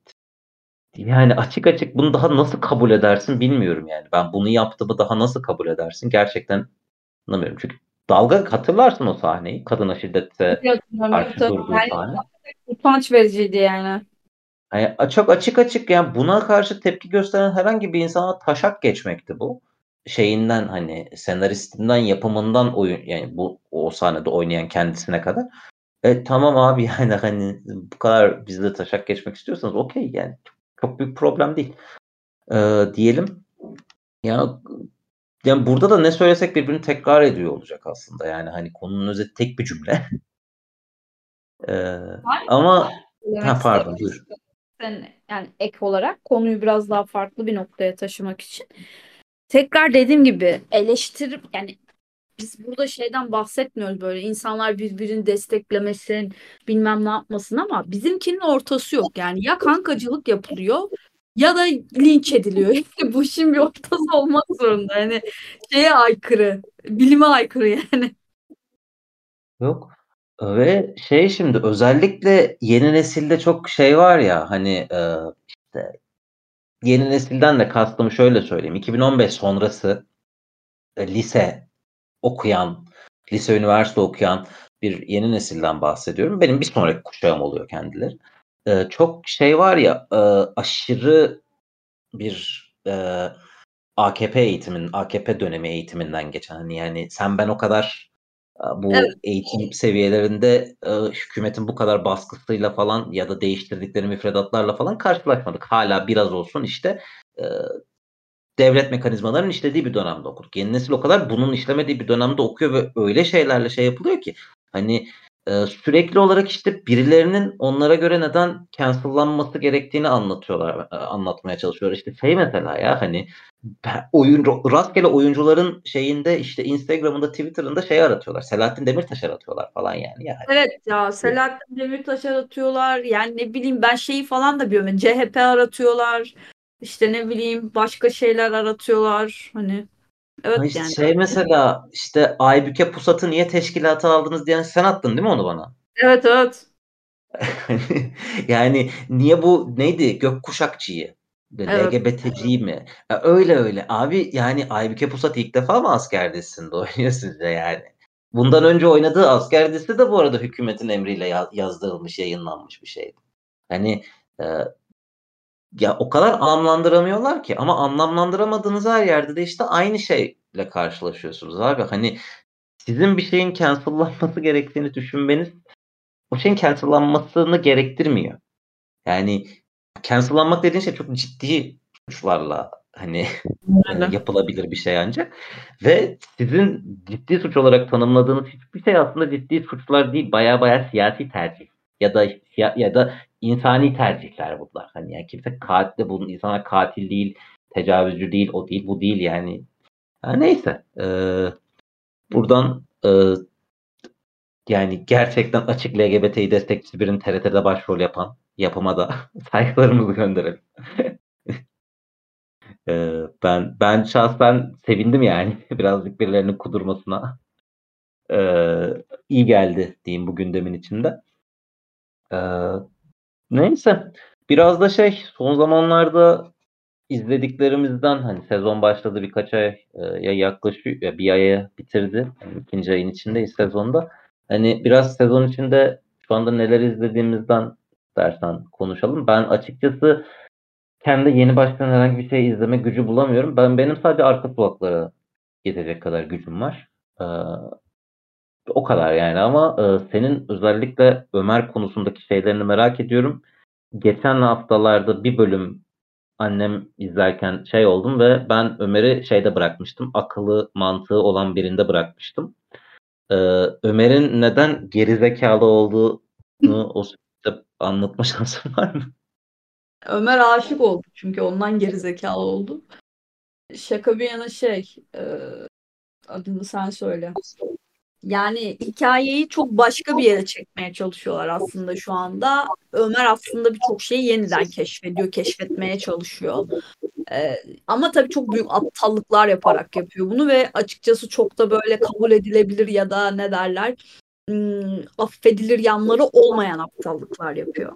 yani açık açık bunu daha nasıl kabul edersin bilmiyorum yani. Ben bunu yaptığımı daha nasıl kabul edersin gerçekten anlamıyorum. Çünkü dalga hatırlarsın o sahneyi. Kadına şiddete Hatırlamıyorum karşı tabii. durduğu Yani sahne. utanç vericiydi yani. Yani çok açık açık yani buna karşı tepki gösteren herhangi bir insana taşak geçmekti bu. Şeyinden hani senaristinden yapımından oyun yani bu o sahnede oynayan kendisine kadar. E, tamam abi yani hani bu kadar bizde taşak geçmek istiyorsanız okey yani çok büyük problem değil. E, diyelim. Ya yani burada da ne söylesek birbirini tekrar ediyor olacak aslında. Yani hani konunun özeti tek bir cümle. E, ama Demek ha istedim. pardon buyur. Sen, yani ek olarak konuyu biraz daha farklı bir noktaya taşımak için. Tekrar dediğim gibi eleştirip yani biz burada şeyden bahsetmiyoruz böyle insanlar birbirini desteklemesin bilmem ne yapmasın ama bizimkinin ortası yok yani ya kankacılık yapılıyor ya da linç ediliyor. Yani bu işin bir ortası olmak zorunda yani şeye aykırı bilime aykırı yani. Yok. Ve şey şimdi özellikle yeni nesilde çok şey var ya hani e, işte yeni nesilden de kastımı şöyle söyleyeyim. iki bin on beş sonrası e, lise okuyan, lise üniversite okuyan bir yeni nesilden bahsediyorum. Benim bir sonraki kuşağım oluyor kendileri. E, çok şey var ya e, aşırı bir e, A K P eğitimin, A K P dönemi eğitiminden geçen hani yani sen ben o kadar e, Evet. bu eğitim seviyelerinde e, hükümetin bu kadar baskısıyla falan ya da değiştirdikleri müfredatlarla falan karşılaşmadık. Hala biraz olsun işte e, devlet mekanizmalarının işlediği bir dönemde okuduk. Yeni nesil o kadar bunun işlemediği bir dönemde okuyor ve öyle şeylerle şey yapılıyor ki hani e, sürekli olarak işte birilerinin onlara göre neden cancellanması gerektiğini anlatıyorlar, e, anlatmaya çalışıyorlar. İşte şey mesela ya hani oyuncu rastgele oyuncuların şeyinde işte Instagram'ında, Twitter'ında şey aratıyorlar. Selahattin Demirtaş aratıyorlar falan yani ya hani. Evet ya Selahattin Demirtaş aratıyorlar yani ne bileyim ben şeyi falan da biliyorum yani C H P aratıyorlar işte ne bileyim başka şeyler aratıyorlar hani evet Ha işte yani. şey mesela işte Aybüke Pusat'ı niye teşkilata aldınız diyen sen attın değil mi onu bana? Evet evet. Yani niye bu neydi? Gökkuşakçıyı, Evet. L G B T'ciyi mi? Ya öyle öyle. Abi yani Aybüke Pusat ilk defa mı asker dizisinde oynuyor sizce yani? Bundan önce oynadığı asker dizisi de bu arada hükümetin emriyle ya- yazdırılmış, yayınlanmış bir şeydi. Hani e, ya o kadar anlamlandıramıyorlar ki ama anlamlandıramadığınız her yerde de işte aynı şeyle karşılaşıyorsunuz abi. Hani sizin bir şeyin cancellanması gerektiğini düşünmeniz o şeyin cancellanmasını gerektirmiyor. Yani cancellanmak dediğin şey çok ciddi suçlarla hani e, Öyle. yapılabilir bir şey ancak ve sizin ciddi suç olarak tanımladığınız hiçbir şey aslında ciddi suçlar değil. Baya baya siyasi tercih ya da siya- ya da insani tercihler bunlar. Hani yani kimse katil bunun insanlar katil değil, tecavüzcü değil, o değil, bu değil yani. Ha, neyse. E, buradan e, yani gerçekten açık L G B T'yi destekçisi birinin T R T'de başrol yapan yapıma da saygılarımızı gönderelim. Ee, ben ben şahsen sevindim yani birazcık birilerinin kudurmasına. Ee, iyi geldi diyeyim bu gündemin içinde. Ee, neyse biraz da şey son zamanlarda izlediklerimizden hani sezon başladı birkaç ay e, ya yaklaşıyor ya bir aya bitirdi. Yani ikinci ayın içindeyiz sezonda. Hani biraz sezon içinde şu anda neler izlediğimizden dersen konuşalım. Ben açıkçası kendi yeni başlayan herhangi bir şey izleme gücü bulamıyorum. Ben benim sadece arka sokaklara yetecek kadar gücüm var. Ee, o kadar yani ama e, senin özellikle Ömer konusundaki şeylerini merak ediyorum. Geçen haftalarda bir bölüm annem izlerken şey oldum ve ben Ömer'i şeyde bırakmıştım. Akıllı mantığı olan birinde bırakmıştım. Ee, Ömer'in neden gerizekalı olduğunu o sırada anlatma şansın var mı? Ömer aşık oldu çünkü ondan gerizekalı oldu. Şaka bir yana şey e, adını sen söyle. Yani hikayeyi çok başka bir yere çekmeye çalışıyorlar aslında şu anda. Ömer aslında birçok şeyi yeniden keşfediyor, keşfetmeye çalışıyor. Ee, ama tabii çok büyük aptallıklar yaparak yapıyor bunu ve açıkçası çok da böyle kabul edilebilir ya da ne derler, hmm, affedilir yanları olmayan aptallıklar yapıyor.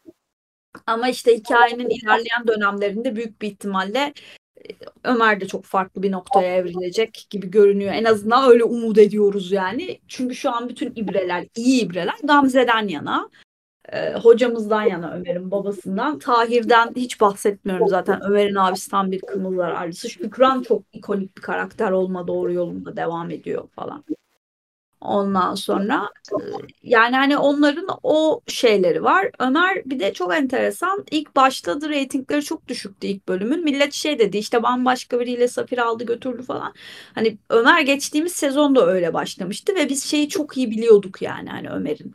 Ama işte hikayenin ilerleyen dönemlerinde büyük bir ihtimalle Ömer de çok farklı bir noktaya evrilecek gibi görünüyor. En azından öyle umut ediyoruz yani. Çünkü şu an bütün ibreler, iyi ibreler Gamze'den yana. Ee, hocamızdan yana, Ömer'in babasından. Tahir'den hiç bahsetmiyorum zaten. Ömer'in abisi tam bir kırmızı zararlısı. Şükran çok ikonik bir karakter olma doğru yolunda devam ediyor falan. Ondan sonra e, yani hani onların o şeyleri var. Ömer bir de çok enteresan. İlk başladı, reytingleri çok düşüktü ilk bölümün. Millet şey dedi, işte bambaşka biriyle Safir aldı götürdü falan. Hani Ömer geçtiğimiz sezon da öyle başlamıştı ve biz şeyi çok iyi biliyorduk yani hani Ömer'in.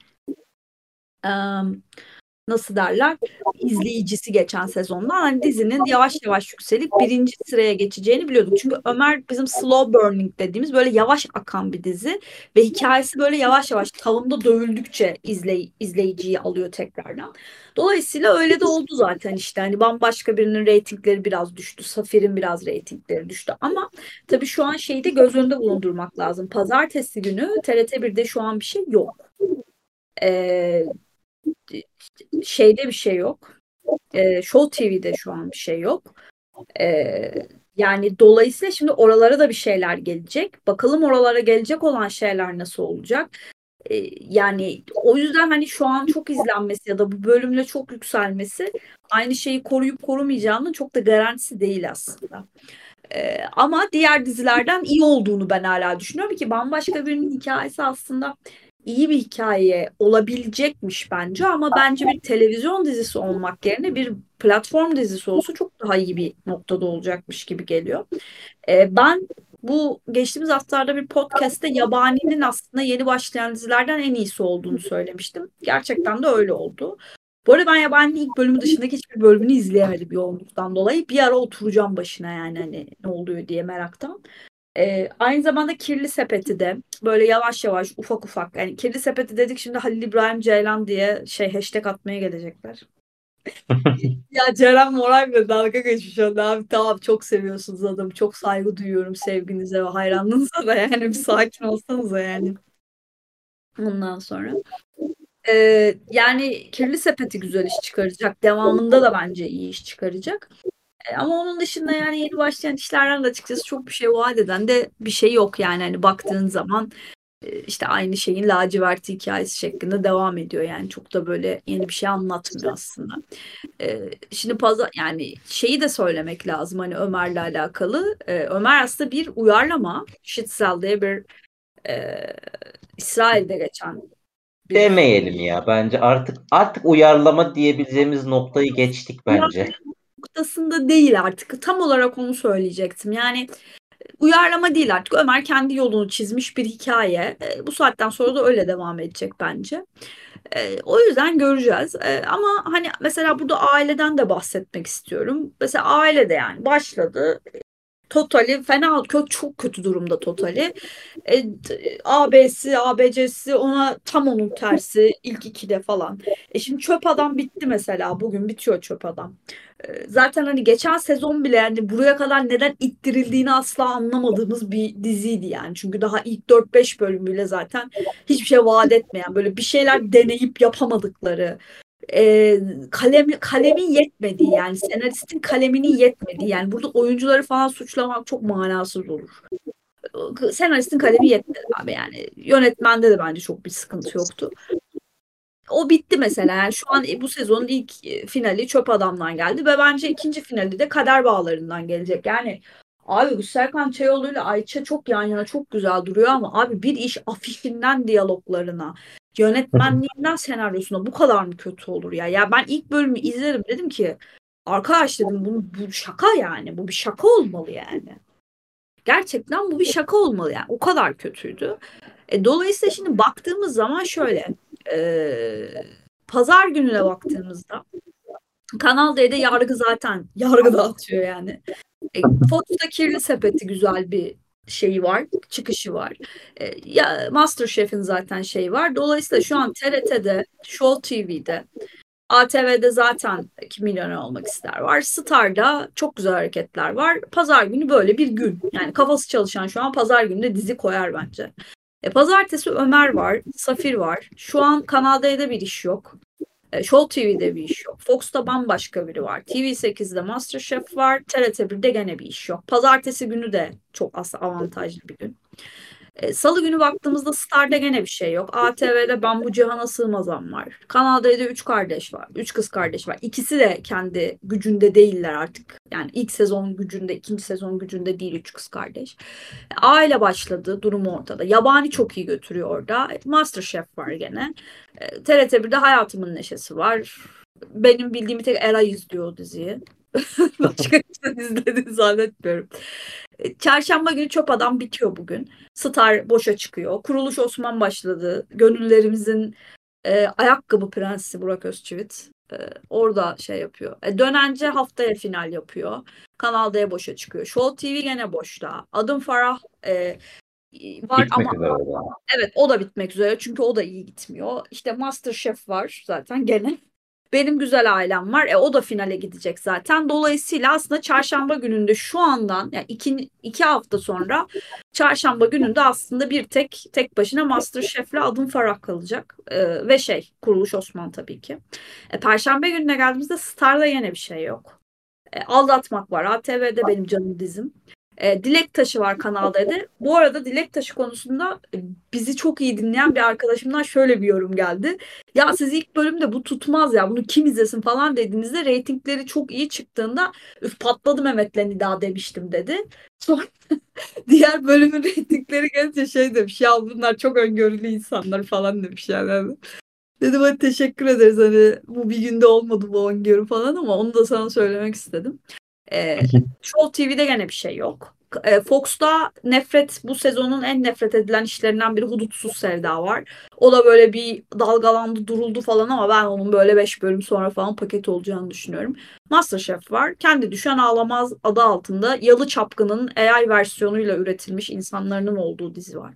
Em, nasıl derler, izleyicisi geçen sezonda hani dizinin yavaş yavaş yükselip birinci sıraya geçeceğini biliyorduk. Çünkü Ömer bizim slow burning dediğimiz böyle yavaş akan bir dizi ve hikayesi böyle yavaş yavaş tavında dövüldükçe izley izleyiciyi alıyor tekrardan. Dolayısıyla öyle de oldu zaten, işte hani bambaşka birinin reytingleri biraz düştü. Safir'in biraz reytingleri düştü ama tabii şu an şeyi de göz önünde bulundurmak lazım. Pazartesi günü T R T birde şu an bir şey yok. Ee, şeyde bir şey yok. E, Show T V'de şu an bir şey yok. E, yani dolayısıyla şimdi oralara da bir şeyler gelecek. Bakalım oralara gelecek olan şeyler nasıl olacak? E, yani o yüzden hani şu an çok izlenmesi ya da bu bölümle çok yükselmesi aynı şeyi koruyup korumayacağının çok da garantisi değil aslında. E, ama diğer dizilerden iyi olduğunu ben hala düşünüyorum ki bambaşka birinin hikayesi aslında iyi bir hikaye olabilecekmiş bence, ama bence bir televizyon dizisi olmak yerine bir platform dizisi olsa çok daha iyi bir noktada olacakmış gibi geliyor. Ee, ben bu geçtiğimiz haftalarda bir podcast'te Yabani'nin aslında yeni başlayan dizilerden en iyisi olduğunu söylemiştim. Gerçekten de öyle oldu. Bu arada ben Yabani'nin ilk bölümü dışındaki hiçbir bölümünü izleyemedim yoğunluktan dolayı. Bir ara oturacağım başına yani hani ne oluyor diye meraktan. Ee, aynı zamanda Kirli Sepet'i de böyle yavaş yavaş ufak ufak, yani Kirli Sepet'i dedik şimdi Halil İbrahim Ceylan diye şey hashtag atmaya gelecekler. Ya Ceren Moray bile dalga geçmiş onda, abi tamam çok seviyorsunuz adamı, çok saygı duyuyorum sevginize ve hayranlığınıza da yani bir sakin olsanıza yani. Ondan sonra ee, yani Kirli Sepet'i güzel iş çıkaracak, devamında da bence iyi iş çıkaracak. E, Ama onun dışında yani yeni başlayan işlerden de açıkçası çok bir şey vaat eden de bir şey yok yani hani baktığın zaman e, işte aynı şeyin laciverti hikayesi şeklinde devam ediyor yani çok da böyle yeni bir şey anlatmıyor aslında. E, şimdi pazar yani şeyi de söylemek lazım hani Ömer'le alakalı. E, Ömer aslında bir uyarlama. Şitsel diye bir e, İsrail'de geçen bir Demeyelim ya. Bence artık artık uyarlama diyebileceğimiz noktayı geçtik bence. noktasında değil artık. Tam olarak onu söyleyecektim. Yani uyarlama değil artık. Ömer kendi yolunu çizmiş bir hikaye. E, bu saatten sonra da öyle devam edecek bence. E, o yüzden göreceğiz. E, ama hani mesela burada aileden de bahsetmek istiyorum. Mesela ailede yani başladı. Totali fena, çok, çok kötü durumda Totali. E, AB'si, A B C'si ona tam onun tersi ilk ikide falan. E şimdi Çöp Adam bitti mesela. Bugün bitiyor Çöp Adam. E, zaten hani geçen sezon bile yani buraya kadar neden ittirildiğini asla anlamadığımız bir diziydi yani. Çünkü daha ilk dört beş bölüm bile zaten hiçbir şey vaat etmeyen, böyle bir şeyler deneyip yapamadıkları, e, kalem kalemin yetmediği, yani senaristin kaleminin yetmediği, yani burada oyuncuları falan suçlamak çok manasız olur. Senaristin kalemi yetmedi abi, yani yönetmende de bence çok bir sıkıntı yoktu. O bitti mesela. Yani şu an bu sezonun ilk e, finali Çöp Adam'dan geldi ve bence ikinci finali de Kader Bağları'ndan gelecek. Yani abi Serkan Çayoğlu ile Ayça çok yan yana çok güzel duruyor ama abi bir iş afişinden diyaloglarına, yönetmenliğinden senaryosuna bu kadar mı kötü olur ya? Ya ben ilk bölümü izledim, dedim ki arkadaş dedim, bu, bu şaka yani, bu bir şaka olmalı yani. Gerçekten bu bir şaka olmalı yani. O kadar kötüydü. E, dolayısıyla şimdi baktığımız zaman şöyle, e, pazar gününe baktığımızda Kanal D'de yargı zaten yargı dağıtıyor yani. E, Fox'ta Kirli Sepeti güzel bir şeyi var, çıkışı var. E, ya MasterChef'in zaten şeyi var. Dolayısıyla şu an T R T'de, Show T V'de, A T V'de zaten kim milyoner olmak ister var. Star'da çok güzel hareketler var. Pazar günü böyle bir gün. Yani kafası çalışan şu an pazar günü de dizi koyar bence. E, pazartesi Ömer var, Safir var. Şu an Kanal D'de bir iş yok. E, Show T V'de bir iş yok. Fox'ta bambaşka biri var. T V sekizde MasterChef var. T R T birde gene bir iş yok. Pazartesi günü de çok aslında avantajlı bir gün. E, Salı günü baktığımızda Star'da gene bir şey yok. A T V'de Ben Bu Cihana Sığmazam var. Kanal D'de üç kardeş var. Üç kız kardeş var. İkisi de kendi gücünde değiller artık. Yani ilk sezon gücünde, ikinci sezon gücünde değil üç kız kardeş. E, Aile başladı. Durum ortada. Yabani çok iyi götürüyor orada. E, MasterChef var gene. E, T R T birde Hayatımın Neşesi var. Benim bildiğim bir tek Eray izliyor o diziyi. Başka kimse izlediğini zannetmiyorum. E, Çarşamba günü Çöp Adam bitiyor bugün. Star boşa çıkıyor. Kuruluş Osman başladı. Gönüllerimizin e, ayakkabı prensi Burak Özçivit. E, orada şey yapıyor. E, Dönence haftaya final yapıyor. Kanal D boşa çıkıyor. Show T V gene boşta. Adım Farah e, var ama Bitmek üzere oldu. evet o da bitmek üzere. Çünkü o da iyi gitmiyor. İşte MasterChef var zaten gene. Benim Güzel Ailem var. E, o da finale gidecek zaten. Dolayısıyla aslında çarşamba gününde şu andan yani iki, iki hafta sonra çarşamba gününde aslında bir tek tek başına MasterChef'le Adım Farah kalacak. E, ve şey Kuruluş Osman tabii ki. E, Perşembe gününe geldiğimizde Star'da yine bir şey yok. E, Aldatmak var. A T V'de benim canım dizim. E, Dilek Taşı var Kanal D'de. Bu arada Dilek Taşı konusunda e, bizi çok iyi dinleyen bir arkadaşımdan şöyle bir yorum geldi. Ya siz ilk bölümde bu tutmaz ya bunu kim izlesin falan dediğinizde reytingleri çok iyi çıktığında üf patladı Mehmet'le Nida demiştim dedi. Sonra diğer bölümün reytingleri gelince şey demiş ya bunlar çok öngörülü insanlar falan demiş yani. Dedim hadi teşekkür ederiz hani bu bir günde olmadı bu öngörü falan ama onu da sana söylemek istedim. E, Show T V'de gene bir şey yok. E, Fox'ta nefret bu sezonun en nefret edilen işlerinden biri Hudutsuz Sevda var. O da böyle bir dalgalandı duruldu falan ama ben onun böyle beş bölüm sonra falan paket olacağını düşünüyorum. MasterChef var. Kendi Düşen Ağlamaz adı altında Yalı Çapkın'ın A I versiyonuyla üretilmiş insanların olduğu dizi var.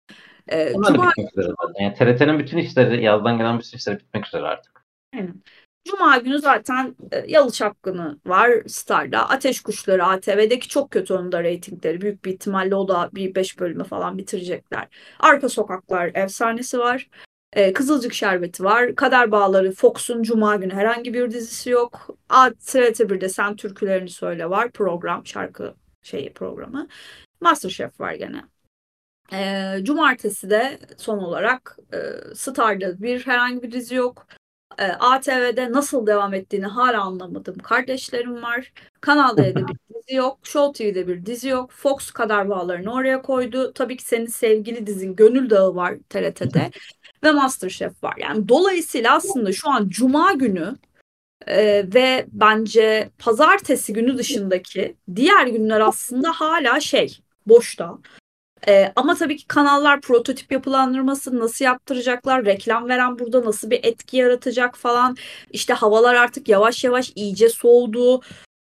E, Onlar da Cuma bitmek üzere zaten. Yani T R T'nin bütün işleri, yazdan gelen bütün işleri bitmek üzere artık. Aynen. Cuma günü zaten e, Yalı Çapkını var Star'da. Ateş Kuşları A T V'deki çok kötü onun da reytingleri. Büyük bir ihtimalle o da bir beş bölümü falan bitirecekler. Arka Sokaklar Efsanesi var. E, Kızılcık Şerbeti var. Kader Bağları Fox'un Cuma günü herhangi bir dizisi yok. T R T birde Sen Türkülerini Söyle var. Program, şarkı şeyi programı. MasterChef var gene. E, Cumartesi de son olarak e, Star'da bir herhangi bir dizi yok. E, A T V'de nasıl devam ettiğini hala anlamadım. Kardeşlerim var. Kanal D'de bir dizi yok. Show T V'de bir dizi yok. Fox Kader Bağları'nı oraya koydu. Tabii ki senin sevgili dizin Gönül Dağı var T R T'de. Ve MasterChef var. Yani dolayısıyla aslında şu an Cuma günü e, ve bence Pazartesi günü dışındaki diğer günler aslında hala şey boşta. Ee, ama tabii ki kanallar prototip yapılandırması nasıl yaptıracaklar, reklam veren burada nasıl bir etki yaratacak falan. İşte havalar artık yavaş yavaş iyice soğudu.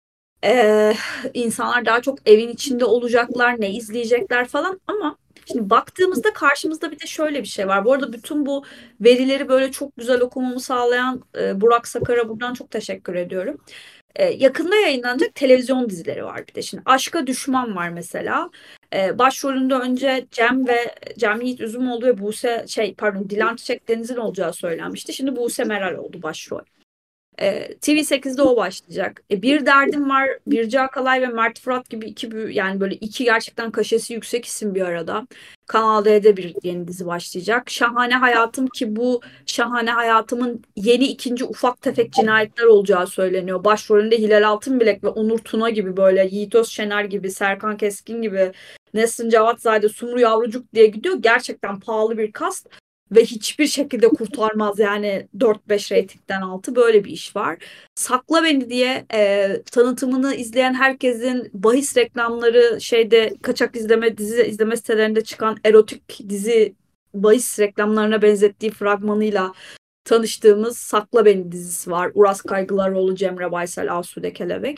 Ee, insanlar daha çok evin içinde olacaklar, ne izleyecekler falan ama şimdi baktığımızda karşımızda bir de şöyle bir şey var. Bu arada bütün bu verileri böyle çok güzel okumamı sağlayan e, Burak Sakar'a buradan çok teşekkür ediyorum. Ee, yakında yayınlanacak televizyon dizileri var bir de. Şimdi Aşka Düşman var mesela. Ee, başrolünde önce Cem ve Cem Yiğit Üzümoğlu ve Buse şey pardon Dilan Çiçek Deniz'in olacağı söylenmişti. Şimdi Buse Meral oldu başrol. Ee, T V sekizde o başlayacak. E, Bir Derdim var. Birce Akalay ve Mert Fırat gibi iki büyü- yani böyle iki gerçekten kaşesi yüksek isim bir arada. Kanal D'de bir yeni dizi başlayacak. Şahane Hayatım ki bu Şahane Hayatım'ın yeni ikinci ufak tefek cinayetler olacağı söyleniyor. Başrolünde Hilal Altınbilek ve Onur Tuna gibi böyle Yiğit Özşener gibi Serkan Keskin gibi Nesrin Cevatzade, Sumru Yavrucuk diye gidiyor. Gerçekten pahalı bir kast. Ve hiçbir şekilde kurtarmaz yani dört beş reytingden altı böyle bir iş var. Sakla Beni diye e, tanıtımını izleyen herkesin bahis reklamları şeyde kaçak izleme dizi izleme sitelerinde çıkan erotik dizi bahis reklamlarına benzettiği fragmanıyla tanıştığımız Sakla Beni dizisi var. Uras Kaygılaroğlu, Cemre Baysel, Asude Kelebek.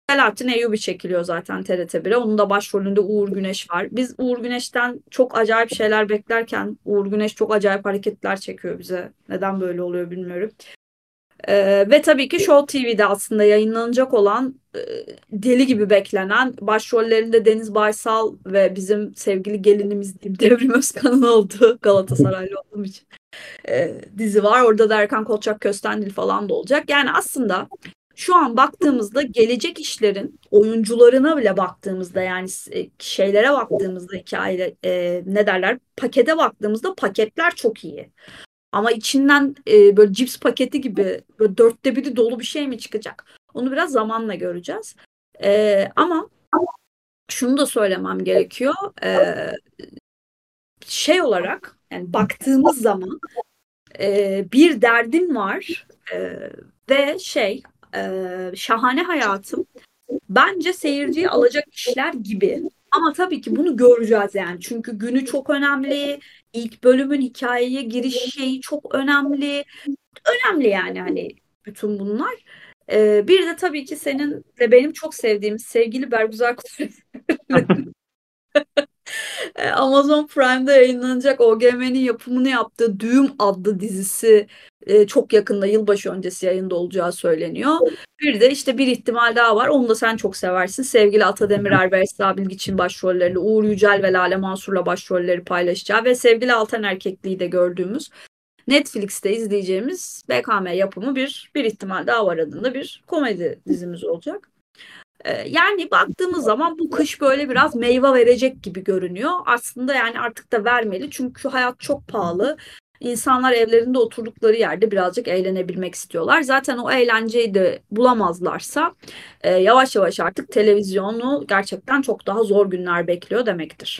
Selahattin Eyyubi çekiliyor zaten T R T bire. Onun da başrolünde Uğur Güneş var. Biz Uğur Güneş'ten çok acayip şeyler beklerken Uğur Güneş çok acayip hareketler çekiyor bize. Neden böyle oluyor bilmiyorum. Ee, ve tabii ki Show T V'de aslında yayınlanacak olan e, deli gibi beklenen, başrollerinde Deniz Baysal ve bizim sevgili gelinimiz diyeyim Devrim Özkan'ın olduğu, Galatasaraylı olduğum için e, dizi var. Orada da Erkan Kolçak Köstendil falan da olacak. Yani aslında şu an baktığımızda gelecek işlerin oyuncularına bile baktığımızda, yani e, şeylere baktığımızda, hikaye e, ne derler, pakete baktığımızda paketler çok iyi. Ama içinden e, böyle cips paketi gibi böyle dörtte biri dolu bir şey mi çıkacak? Onu biraz zamanla göreceğiz. E, ama şunu da söylemem gerekiyor. E, şey olarak, yani baktığımız zaman e, bir derdim var e, ve şey e, Şahane Hayatım bence seyirciyi alacak işler gibi. Ama tabii ki bunu göreceğiz yani. Çünkü günü çok önemli. İlk bölümün hikayeye giriş şeyi çok önemli. Önemli yani, hani bütün bunlar. Ee, bir de tabii ki senin ve benim çok sevdiğimiz sevgili Bergüzar Kuture'nin e, Amazon Prime'da yayınlanacak O G M'nin yapımını yaptığı Düğüm adlı dizisi e, çok yakında, yılbaşı öncesi yayında olacağı söyleniyor. Bir de işte bir ihtimal daha var. Onu da sen çok seversin. Sevgili Ata Demirer ve Esra Bilgiç'in başrollerini, Uğur Yücel ve Lale Mansur'la başrolleri paylaşacağı ve sevgili Altan Erkekli'yi de gördüğümüz, Netflix'te izleyeceğimiz B K M yapımı bir bir ihtimal daha var adında bir komedi dizimiz olacak. Ee, Yani baktığımız zaman bu kış böyle biraz meyve verecek gibi görünüyor. Aslında yani artık da vermeli, çünkü hayat çok pahalı. İnsanlar evlerinde oturdukları yerde birazcık eğlenebilmek istiyorlar. Zaten o eğlenceyi de bulamazlarsa e, yavaş yavaş artık televizyonu gerçekten çok daha zor günler bekliyor demektir.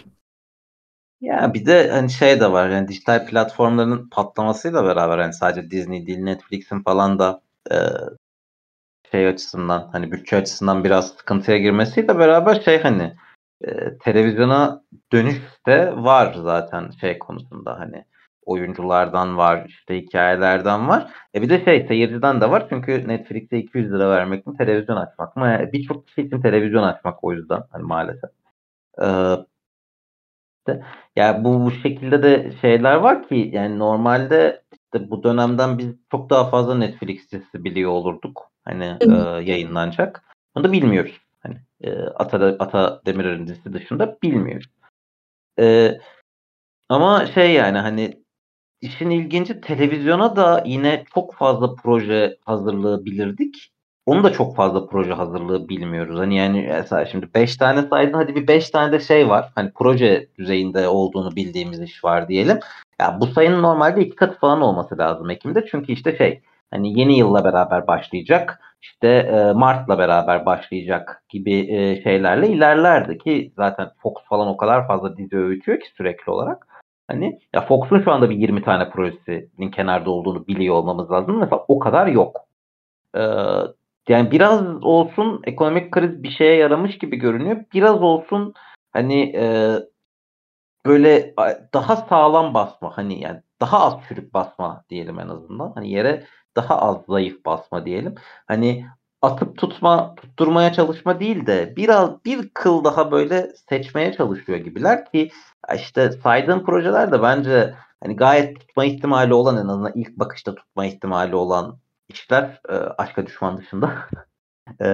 Ya bir de hani şey de var, yani dijital platformların patlamasıyla beraber hani sadece Disney değil, Netflix'in falan da e, şey açısından, hani bütçe açısından biraz sıkıntıya girmesiyle beraber şey, hani e, televizyona dönüş de var zaten şey konusunda, hani oyunculardan var, işte hikayelerden var. E bir de şey, seyirciden de var, çünkü Netflix'e iki yüz lira vermek mi, televizyon açmak mı? Yani birçok kişi için televizyon açmak, o yüzden hani maalesef. Ee, işte, ya bu, bu şekilde de şeyler var ki, yani normalde işte bu dönemden biz çok daha fazla Netflix dizisi biliyor olurduk. Hani e, yayınlanacak. Bunu da bilmiyoruz. Hani e, Ata, Ata Demirer'in dizisi dışında bilmiyoruz. E, ama şey, yani hani İşin ilginci, televizyona da yine çok fazla proje hazırlığı bilirdik. Onu da çok fazla proje hazırlığı bilmiyoruz. Hani yani mesela şimdi beş tane saydın, hadi bir beş tane de şey var. Hani proje düzeyinde olduğunu bildiğimiz iş var diyelim. Ya bu sayının normalde iki katı falan olması lazım Ekim'de. Çünkü işte şey, hani yeni yılla beraber başlayacak, işte e, Mart'la beraber başlayacak gibi e, şeylerle ilerlerdi ki zaten Fox falan o kadar fazla dizi öğütüyor ki sürekli olarak. Hani ya Fox'un şu anda bir yirmi tane projesinin kenarda olduğunu biliyor olmamız lazım. Mesela o kadar yok. Ee, yani biraz olsun ekonomik kriz bir şeye yaramış gibi görünüyor. Biraz olsun hani e, böyle daha sağlam basma, hani yani daha az çürük basma diyelim en azından. Hani yere daha az zayıf basma diyelim. Hani atıp tutma, tutturmaya çalışma değil de biraz bir kıl daha böyle seçmeye çalışıyor gibiler ki işte saydığım projeler de bence hani gayet tutma ihtimali olan, en azından ilk bakışta tutma ihtimali olan işler, e, Aşka Düşman dışında. E,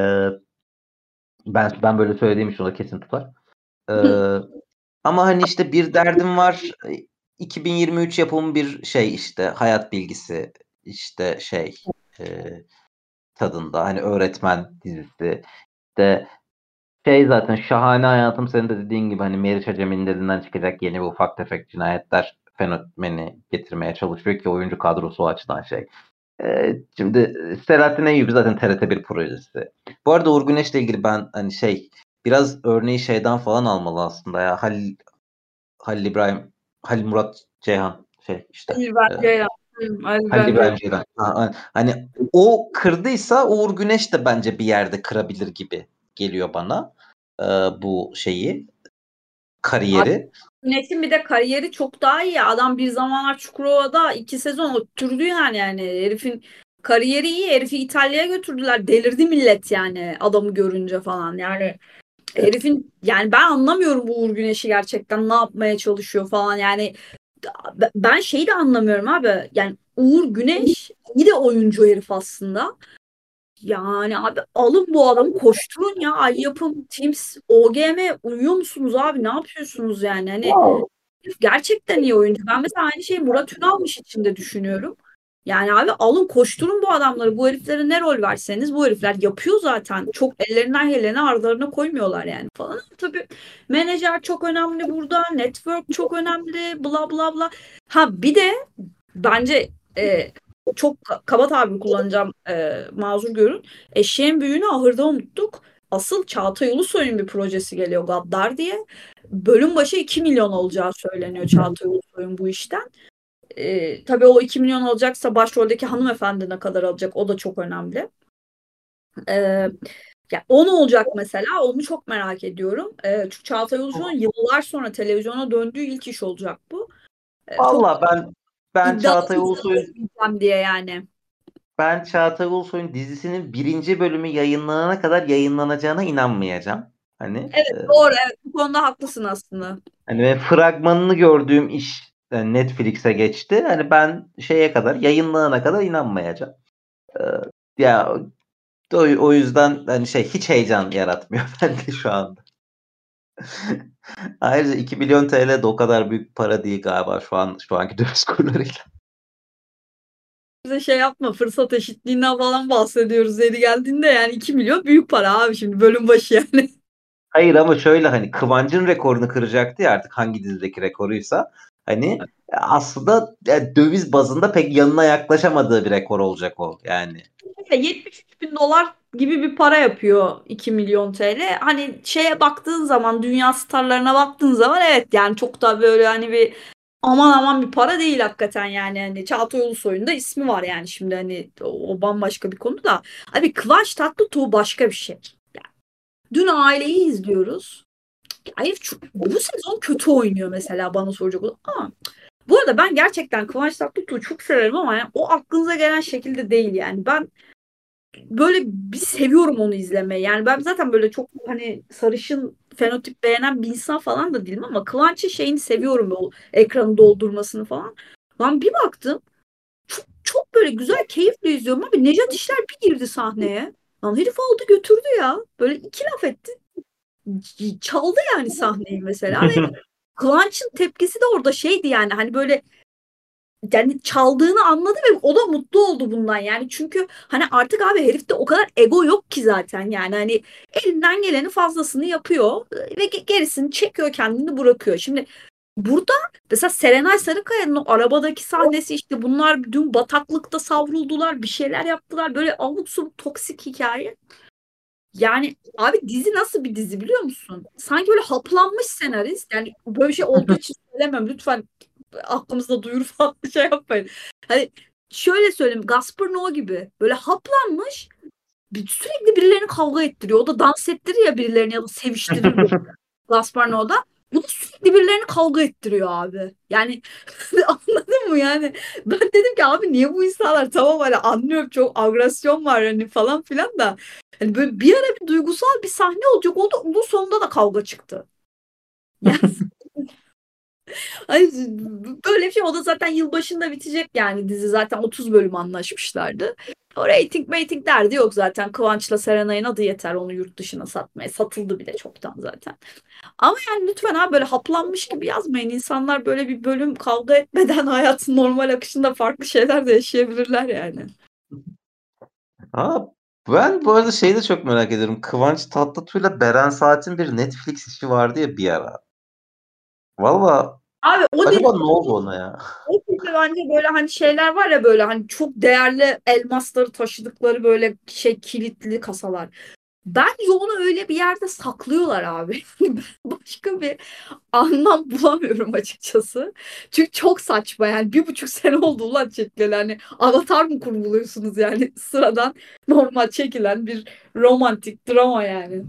ben ben böyle söylediğim için o da kesin tutar. E, ama hani işte bir derdim var. iki bin yirmi üç yapımı bir şey, işte hayat bilgisi, işte şey e, tadında, hani öğretmen dizisi. İşte şey, zaten Şahane Hayatım, senin de dediğin gibi hani Meriç Acemi'nin elinden çıkacak yeni bir ufak tefek cinayetler fenomeni getirmeye çalışıyor ki oyuncu kadrosu o açıdan şey. E, şimdi Selahattin Eyyubi zaten T R T bir projesi. Bu arada Uğur Güneş'le ilgili ben hani şey, biraz örneği şeyden falan almalı aslında ya. Halil Halil İbrahim, Halil Murat Ceyhan şey işte. Ali E, bence Hı, Ali Halil bence İbrahim Ceyhan. Ha, ha. Hani o kırdıysa Uğur Güneş de bence bir yerde kırabilir gibi geliyor bana. E, bu şeyi, kariyeri. Güneş'in bir de kariyeri çok daha iyi. Adam bir zamanlar Çukurova'da iki sezon öttürdü yani. Yani herifin Kariyeri iyi. Herifi İtalya'ya götürdüler. Delirdi millet yani adamı görünce falan. Yani herifin yani ben anlamıyorum bu Uğur Güneş'i gerçekten ne yapmaya çalışıyor falan. Yani ben şeyi de anlamıyorum abi. Yani Uğur Güneş iyi de oyuncu herif aslında. Yani abi alın bu adamı koşturun ya. Ay yapın Teams O G M uyuyor musunuz abi? Ne yapıyorsunuz yani? Hani gerçekten iyi oyuncu. Ben mesela aynı şeyi Murat Ünalmış için de düşünüyorum. Yani abi alın koşturun bu adamları. Bu heriflere ne rol verseniz bu herifler yapıyor zaten. Çok ellerinden geleni ardılarına koymuyorlar yani falan. Tabii menajer çok önemli burada. Network çok önemli. Bla bla bla. Ha bir de bence e, çok kaba tabir kullanacağım, e, mazur görün. Eşeğin büyüğünü ahırda unuttuk. Asıl Çağatay Ulusoy'un bir projesi geliyor Gaddar diye. Bölüm başı iki milyon olacağı söyleniyor Çağatay Ulusoy'un bu işten. Ee, tabii o iki milyon alacaksa başroldeki hanımefendi ne kadar alacak o da çok önemli. Ee, ya o ne olacak mesela onu çok merak ediyorum. Ee, çünkü Çağatay Ulusoy'un yıllar sonra televizyona döndüğü ilk iş olacak bu. Ee, çok Valla ben ben iddialı Çağatay Ulusoy'un diyeceğim diye yani. ben Çağatay Ulusoy'un dizisinin birinci bölümü yayınlanana kadar yayınlanacağına inanmayacağım. Hani Evet e, doğru, evet, bu konuda haklısın aslında. hani ve fragmanını gördüğüm iş e, Netflix'e geçti. Hani ben şeye kadar yayınlanana kadar inanmayacağım. E, ya o, o yüzden hani şey hiç heyecan yaratmıyor bende şu anda. Ayrıca iki milyon T L de o kadar büyük para değil galiba şu an şu anki döviz kurlarıyla. Bize şey yapma, fırsat eşitliğinden falan bahsediyoruz yeri geldiğinde, yani iki milyon büyük para abi şimdi bölüm başı yani. Hayır ama şöyle hani Kıvancın rekorunu kıracaktı ya artık hangi dizideki rekoruysa. Hani aslında e, döviz bazında pek yanına yaklaşamadığı bir rekor olacak o yani. yetmiş üç bin dolar gibi bir para yapıyor iki milyon T L. Hani şeye baktığın zaman, dünya starlarına baktığın zaman evet yani çok da böyle hani bir aman aman bir para değil hakikaten yani. Hani Çağatay Ulusoy'un da ismi var yani şimdi, hani o, o bambaşka bir konu da. Abi Kıvanç Tatlıtuğ başka bir şey. Dün Aileyi izliyoruz. Hayır çok, bu sezon kötü oynuyor mesela bana soracak olur. Ama bu arada ben gerçekten Kıvanç Tatlıtuğ'u çok severim ama yani o aklınıza gelen şekilde değil yani. Ben böyle bir seviyorum onu izlemeyi. Yani ben zaten böyle çok hani sarışın fenotip beğenen bir insan falan da değilim ama Kıvanç'ın şeyini seviyorum, o ekranı doldurmasını falan. Lan bir baktım çok çok böyle güzel keyifle izliyorum abi. Nejat İşler bir girdi sahneye. Lan herif aldı götürdü ya. Böyle iki laf etti. C- Çaldı yani sahneyi mesela ve Kıvanç'ın tepkisi de orada şeydi yani, hani böyle yani çaldığını anladı ve o da mutlu oldu bundan yani. Çünkü hani artık abi herifte o kadar ego yok ki zaten yani, hani elinden geleni fazlasını yapıyor ve ge- gerisini çekiyor, kendini bırakıyor. Şimdi burada mesela Serenay Sarıkaya'nın o arabadaki sahnesi, işte bunlar dün bataklıkta savruldular, bir şeyler yaptılar, böyle abuk subuk toksik hikaye. Yani abi dizi nasıl bir dizi biliyor musun? Sanki böyle haplanmış senarist. Yani böyle bir şey olduğu için söylemem. Lütfen aklımızda duyur falan şey yapmayın. Hani şöyle söyleyeyim. Gaspar Noé gibi. Böyle haplanmış. bir- Sürekli birilerini kavga ettiriyor. O da dans ettirir ya birilerini, ya da seviştirir böyle. Gaspar Noé'da. Bu da sürekli birilerini kavga ettiriyor abi. Yani anladın mı yani? Ben dedim ki abi niye bu insanlar, tamam hani anlıyorum çok agresyon var hani falan filan da. Hani böyle bir ara bir duygusal bir sahne olacak. O da bunun sonunda da kavga çıktı. Yani hani böyle bir şey, o da zaten yılbaşında bitecek yani dizi, zaten otuz bölüm anlaşmışlardı. O rating rating derdi yok zaten. Kıvanç'la Serenay'ın adı yeter onu yurt dışına satmaya. Satıldı bile çoktan zaten. Ama yani lütfen abi böyle haplanmış gibi yazmayın. İnsanlar böyle bir bölüm kavga etmeden hayatın normal akışında farklı şeyler de yaşayabilirler yani. Ha, ben bu arada şeyi de çok merak ediyorum. Kıvanç Tatlıtuğ'la Beren Saat'in bir Netflix işi vardı ya bir ara. Valla Abi o dizi, acaba ne oldu ona ya? o dizi bence böyle hani şeyler var ya, böyle hani çok değerli elmasları taşıdıkları böyle şey kilitli kasalar. Bence onu öyle bir yerde saklıyorlar abi. Ben başka bir anlam bulamıyorum açıkçası. Çünkü çok saçma yani. Bir buçuk sene oldu ulan çekileli. Hani avatar mı kurguluyorsunuz yani? Sıradan normal çekilen bir romantik drama yani.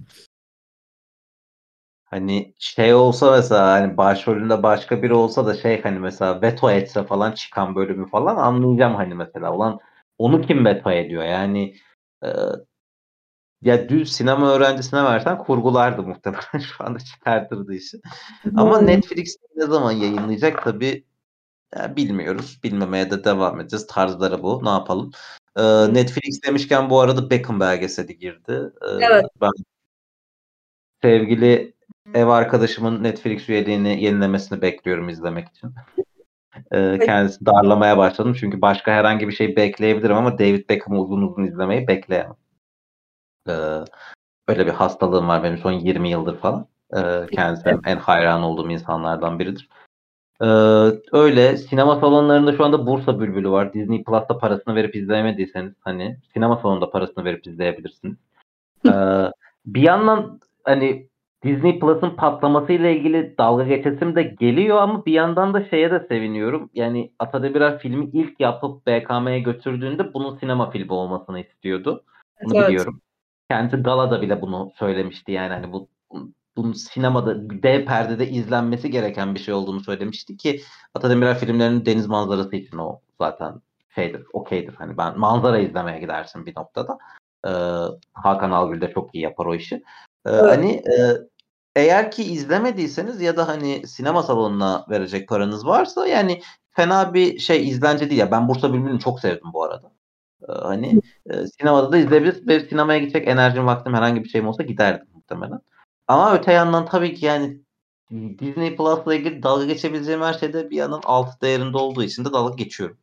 Hani şey olsa mesela hani başrolünde başka biri olsa da şey hani mesela veto etse falan çıkan bölümü falan anlayacağım hani mesela. Ulan Onu kim beta ediyor? Yani e, ya düz sinema öğrencisine versen kurgulardı muhtemelen. Şu anda çıkartırdı işi. Ama Hmm. Netflix ne zaman yayınlayacak tabii ya bilmiyoruz. Bilmemeye de devam edeceğiz. Tarzları bu. Ne yapalım? Ee, Netflix demişken bu arada Beckham belgeseli girdi. Ee, Evet. ben sevgili ev arkadaşımın Netflix üyeliğini yenilemesini bekliyorum izlemek için. Ee, kendisi darlamaya başladım. Çünkü başka herhangi bir şey bekleyebilirim ama David Beckham'ı uzun uzun izlemeyi bekleyemem. Ee, öyle bir hastalığım var benim son yirmi yıldır falan. Ee, kendisi benim en hayran olduğum insanlardan biridir. Ee, öyle sinema salonlarında şu anda Bursa Bülbülü var. Disney Plus'ta parasını verip izleyemediyseniz hani sinema salonunda parasını verip izleyebilirsiniz. Ee, bir yandan hani Disney Plus'ın patlamasıyla ilgili dalga geçesim de geliyor ama bir yandan da şeye de seviniyorum. Yani Ata Demirer filmi ilk yapıp B K M'ye götürdüğünde bunun sinema filmi olmasını istiyordu. Bunu Evet. biliyorum. Kendisi galada bile bunu söylemişti yani hani bu bunun sinemada dev perdede izlenmesi gereken bir şey olduğunu söylemişti ki Ata Demirer filmlerinin deniz manzarası için o zaten şeydir, okeydir. Hani ben manzara izlemeye gidersin bir noktada. Ee, Hakan Algül de çok iyi yapar o işi. Ee, Evet. hani e, eğer ki izlemediyseniz ya da hani sinema salonuna verecek paranız varsa yani fena bir şey izlence değil. Ya ben Bursa Bülbülü'nü çok sevdim bu arada. Ee, hani e, sinemada da izleyebiliriz ve sinemaya gidecek enerjim, vaktim herhangi bir şeyim olsa giderdim muhtemelen. Ama öte yandan tabii ki yani Disney Plus'la ilgili dalga geçebileceğim her şeyde bir yanın altı değerinde olduğu için de dalga geçiyorum.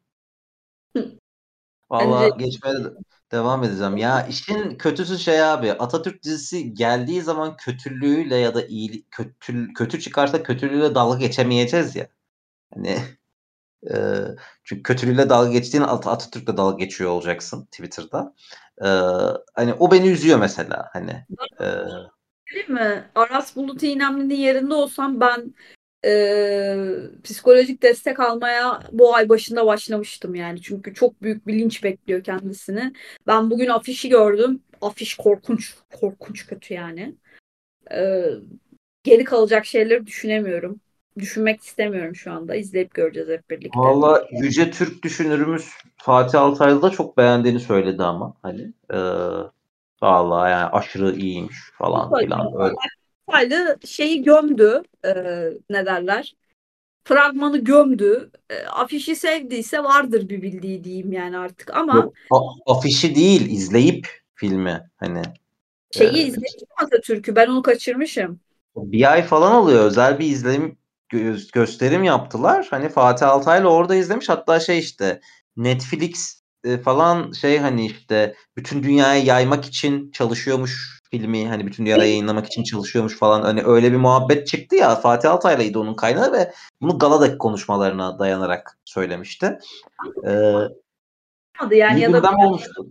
Bence Valla geçmeye de devam edeceğim. Ya işin kötüsü şey abi. Atatürk dizisi geldiği zaman kötülüğüyle ya da iyi kötü kötü çıkarsa kötülüğüyle dalga geçemeyeceğiz ya. Hani e, çünkü kötülüğüyle dalga geçtiğin At- Atatürk'le dalga geçiyor olacaksın Twitter'da. E, hani o beni üzüyor mesela. Hani e, değil mi? Aras Bulut İynemli'nin yerinde olsam ben e, psikolojik destek almaya bu ay başında başlamıştım yani. Çünkü çok büyük bir linç bekliyor kendisini. Ben bugün afişi gördüm. Afiş korkunç. Korkunç kötü yani. E, geri kalacak şeyleri düşünemiyorum. Düşünmek istemiyorum şu anda. İzleyip göreceğiz hep birlikte. valla Yüce Türk düşünürümüz Fatih Altaylı da çok beğendiğini söyledi ama hani e, valla yani aşırı iyiymiş falan filan. Öyle. Detaylı şeyi gömdü. E, ne derler? Fragmanı gömdü. E, afişi sevdiyse vardır bir bildiği diyeyim yani artık. Ama Yok a- afişi değil izleyip filmi hani e, şeyi izledim Atatürk'ü. Ben onu kaçırmışım. bir ay falan oluyor özel bir izlenim gö- gösterim yaptılar. Hani Fatih Altaylı orada izlemiş hatta şey işte Netflix e, falan şey hani işte bütün dünyaya yaymak için çalışıyormuş filmi hani bütün dünyada yayınlamak için çalışıyormuş falan hani öyle bir muhabbet çıktı ya Fatih Altaylı'ydı onun kaynağı ve bunu galadaki konuşmalarına dayanarak söylemişti. Ee, Yani iyi ya da gündem olmuştu.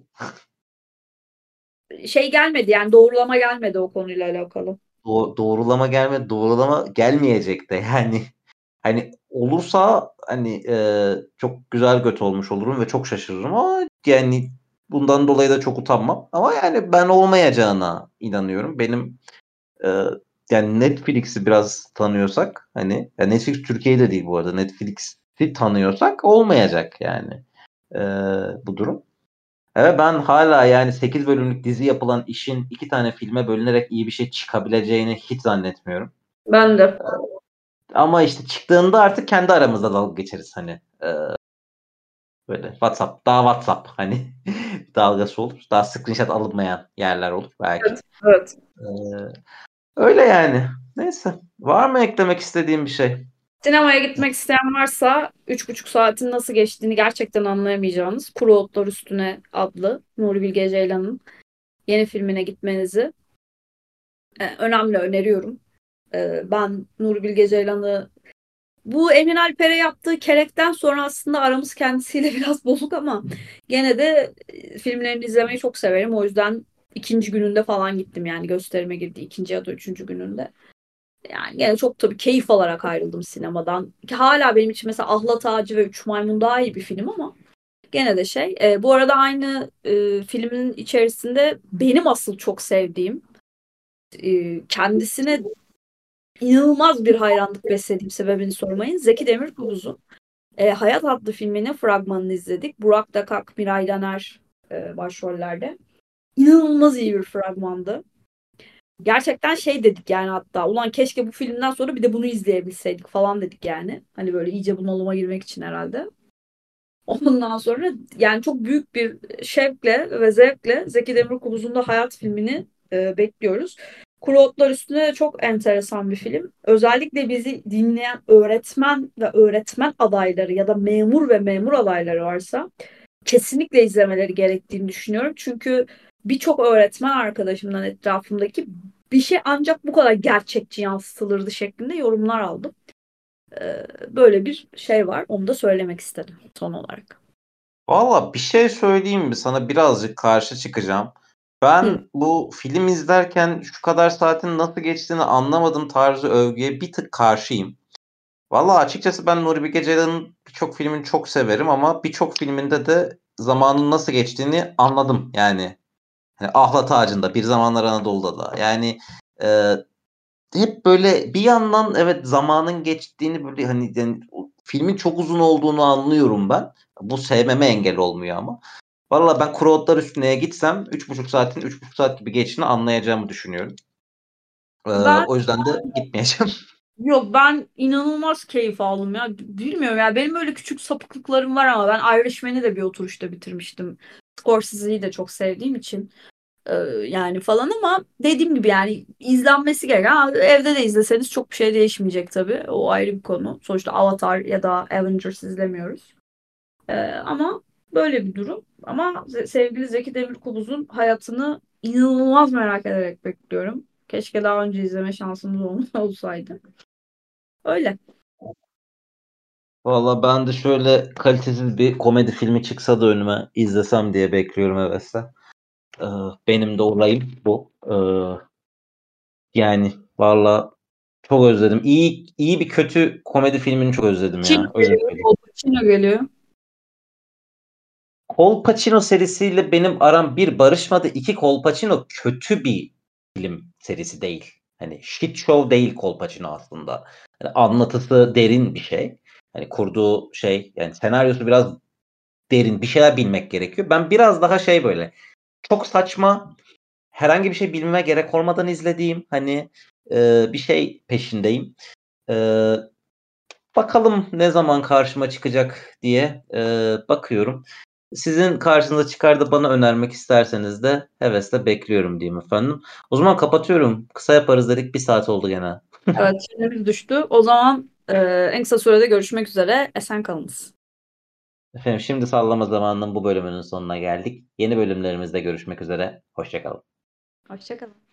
şey gelmedi yani doğrulama gelmedi o konuyla alakalı. Do- doğrulama gelme doğrulama gelmeyecek de yani hani olursa hani e, çok güzel göt olmuş olurum ve çok şaşırırım ama yani bundan dolayı da çok utanmam ama yani ben olmayacağına inanıyorum. Benim e, yani Netflix'i biraz tanıyorsak hani ya Netflix Türkiye'de değil bu arada Netflix'i tanıyorsak olmayacak yani e, bu durum. Evet ben hala yani sekiz bölümlük dizi yapılan işin iki tane filme bölünerek iyi bir şey çıkabileceğini hiç zannetmiyorum. Ben de. Ama işte çıktığında artık kendi aramızda dalga geçeriz hani. Ee, böyle WhatsApp, daha WhatsApp hani dalgası olur. Daha screenshot alınmayan yerler olur belki. Evet, evet. Ee, öyle yani. Neyse. Var mı eklemek istediğim bir şey? Sinemaya gitmek isteyen varsa üç buçuk saatin nasıl geçtiğini gerçekten anlayamayacağınız Kuru Otlar Üstüne adlı Nuri Bilge Ceylan'ın yeni filmine gitmenizi e, önemli öneriyorum. E, ben Nuri Bilge Ceylan'ı bu Emin Alper'e yaptığı Kelek'ten sonra aslında aramız kendisiyle biraz bozuk ama gene de e, filmlerini izlemeyi çok severim. O yüzden ikinci gününde falan gittim yani gösterime girdi ikinci ya da üçüncü gününde. Yani gene çok tabii keyif alarak ayrıldım sinemadan. Ki hala benim için mesela Ahlat Ağacı ve Üç Maymun daha iyi bir film ama gene de şey. E, bu arada aynı e, filmin içerisinde benim asıl çok sevdiğim e, kendisine inanılmaz bir hayranlık beslediğim sebebini sormayın. Zeki Demirkubuz'un. E, Hayat adlı filminin fragmanını izledik. Burak Dakak, Miray Daner e, başrollerde. İnanılmaz iyi bir fragmandı. Gerçekten şey dedik yani, hatta ulan keşke bu filmden sonra bir de bunu izleyebilseydik falan dedik yani. Hani böyle iyice bunalıma girmek için herhalde. Ondan sonra yani çok büyük bir şevkle ve zevkle Zeki Demirkubuz'un da Hayat filmini e, bekliyoruz. Kuru Otlar Üstüne de çok enteresan bir film. Özellikle bizi dinleyen öğretmen ve öğretmen adayları ya da memur ve memur adayları varsa kesinlikle izlemeleri gerektiğini düşünüyorum. Çünkü birçok öğretmen arkadaşımdan, etrafımdaki, bir şey ancak bu kadar gerçekçi yansıtılırdı şeklinde yorumlar aldım. Ee, Böyle bir şey var. Onu da söylemek istedim son olarak. Valla bir şey söyleyeyim mi? Sana birazcık karşı çıkacağım. Hı. Ben bu film izlerken şu kadar saatin nasıl geçtiğini anlamadım tarzı övgüye bir tık karşıyım. Valla açıkçası ben Nuri Bilge Ceylan'ın birçok filmini çok severim ama birçok filminde de zamanın nasıl geçtiğini anladım yani. Hani Ahlat Ağacı'nda, Bir Zamanlar Anadolu'da da. Yani e, hep böyle bir yandan evet zamanın geçtiğini böyle hani yani, filmin çok uzun olduğunu anlıyorum ben. Bu sevmeme engel olmuyor ama. Valla ben Kuru Otlar Üstüne'ye gitsem üç buçuk saatin üç buçuk saat gibi geçtiğini anlayacağımı düşünüyorum. Ee, Ben o yüzden de gitmeyeceğim. Yok, ben inanılmaz keyif aldım ya. Bilmiyorum ya, benim böyle küçük sapıklıklarım var ama ben Irishman'i de bir oturuşta bitirmiştim. Scorsese'yi de çok sevdiğim için e, yani falan, ama dediğim gibi yani izlenmesi gereken. Ha, evde de izleseniz çok bir şey değişmeyecek tabii. O ayrı bir konu. Sonuçta Avatar ya da Avengers izlemiyoruz. E, ama böyle bir durum. Ama ze- sevgili Zeki Demirkubuz'un hayatını inanılmaz merak ederek bekliyorum. Keşke daha önce izleme şansımız ol- olsaydı. Öyle. Valla ben de şöyle kalitesiz bir komedi filmi çıksa da önüme izlesem diye bekliyorum hevesle. Ee, benim de olayım bu. Ee, yani valla çok özledim. İyi iyi bir kötü komedi filmini çok özledim Pacino ya. Öyle geliyor. söyleyeyim. Al Pacino geliyor. Kolpaçino serisiyle benim aram bir barışmadı. İki Kolpaçino kötü bir film serisi değil. Hani shit show değil Kolpaçino aslında. Hani anlatısı derin bir şey. Hani kurduğu şey yani senaryosu biraz derin. Bir şeyler bilmek gerekiyor. Ben biraz daha şey böyle çok saçma herhangi bir şey bilmeme gerek olmadan izlediğim hani e, bir şey peşindeyim. E, bakalım ne zaman karşıma çıkacak diye e, bakıyorum. Sizin karşınıza çıkar da bana önermek isterseniz de hevesle bekliyorum diyeyim efendim. O zaman kapatıyorum. Kısa yaparız dedik. Bir saat oldu gene. Evet, filmimiz düştü. O zaman e, en kısa sürede görüşmek üzere. Esen kalınız. Efendim şimdi sallama zamanının bu bölümünün sonuna geldik. Yeni bölümlerimizde görüşmek üzere. Hoşça kalın. Hoşça kalın.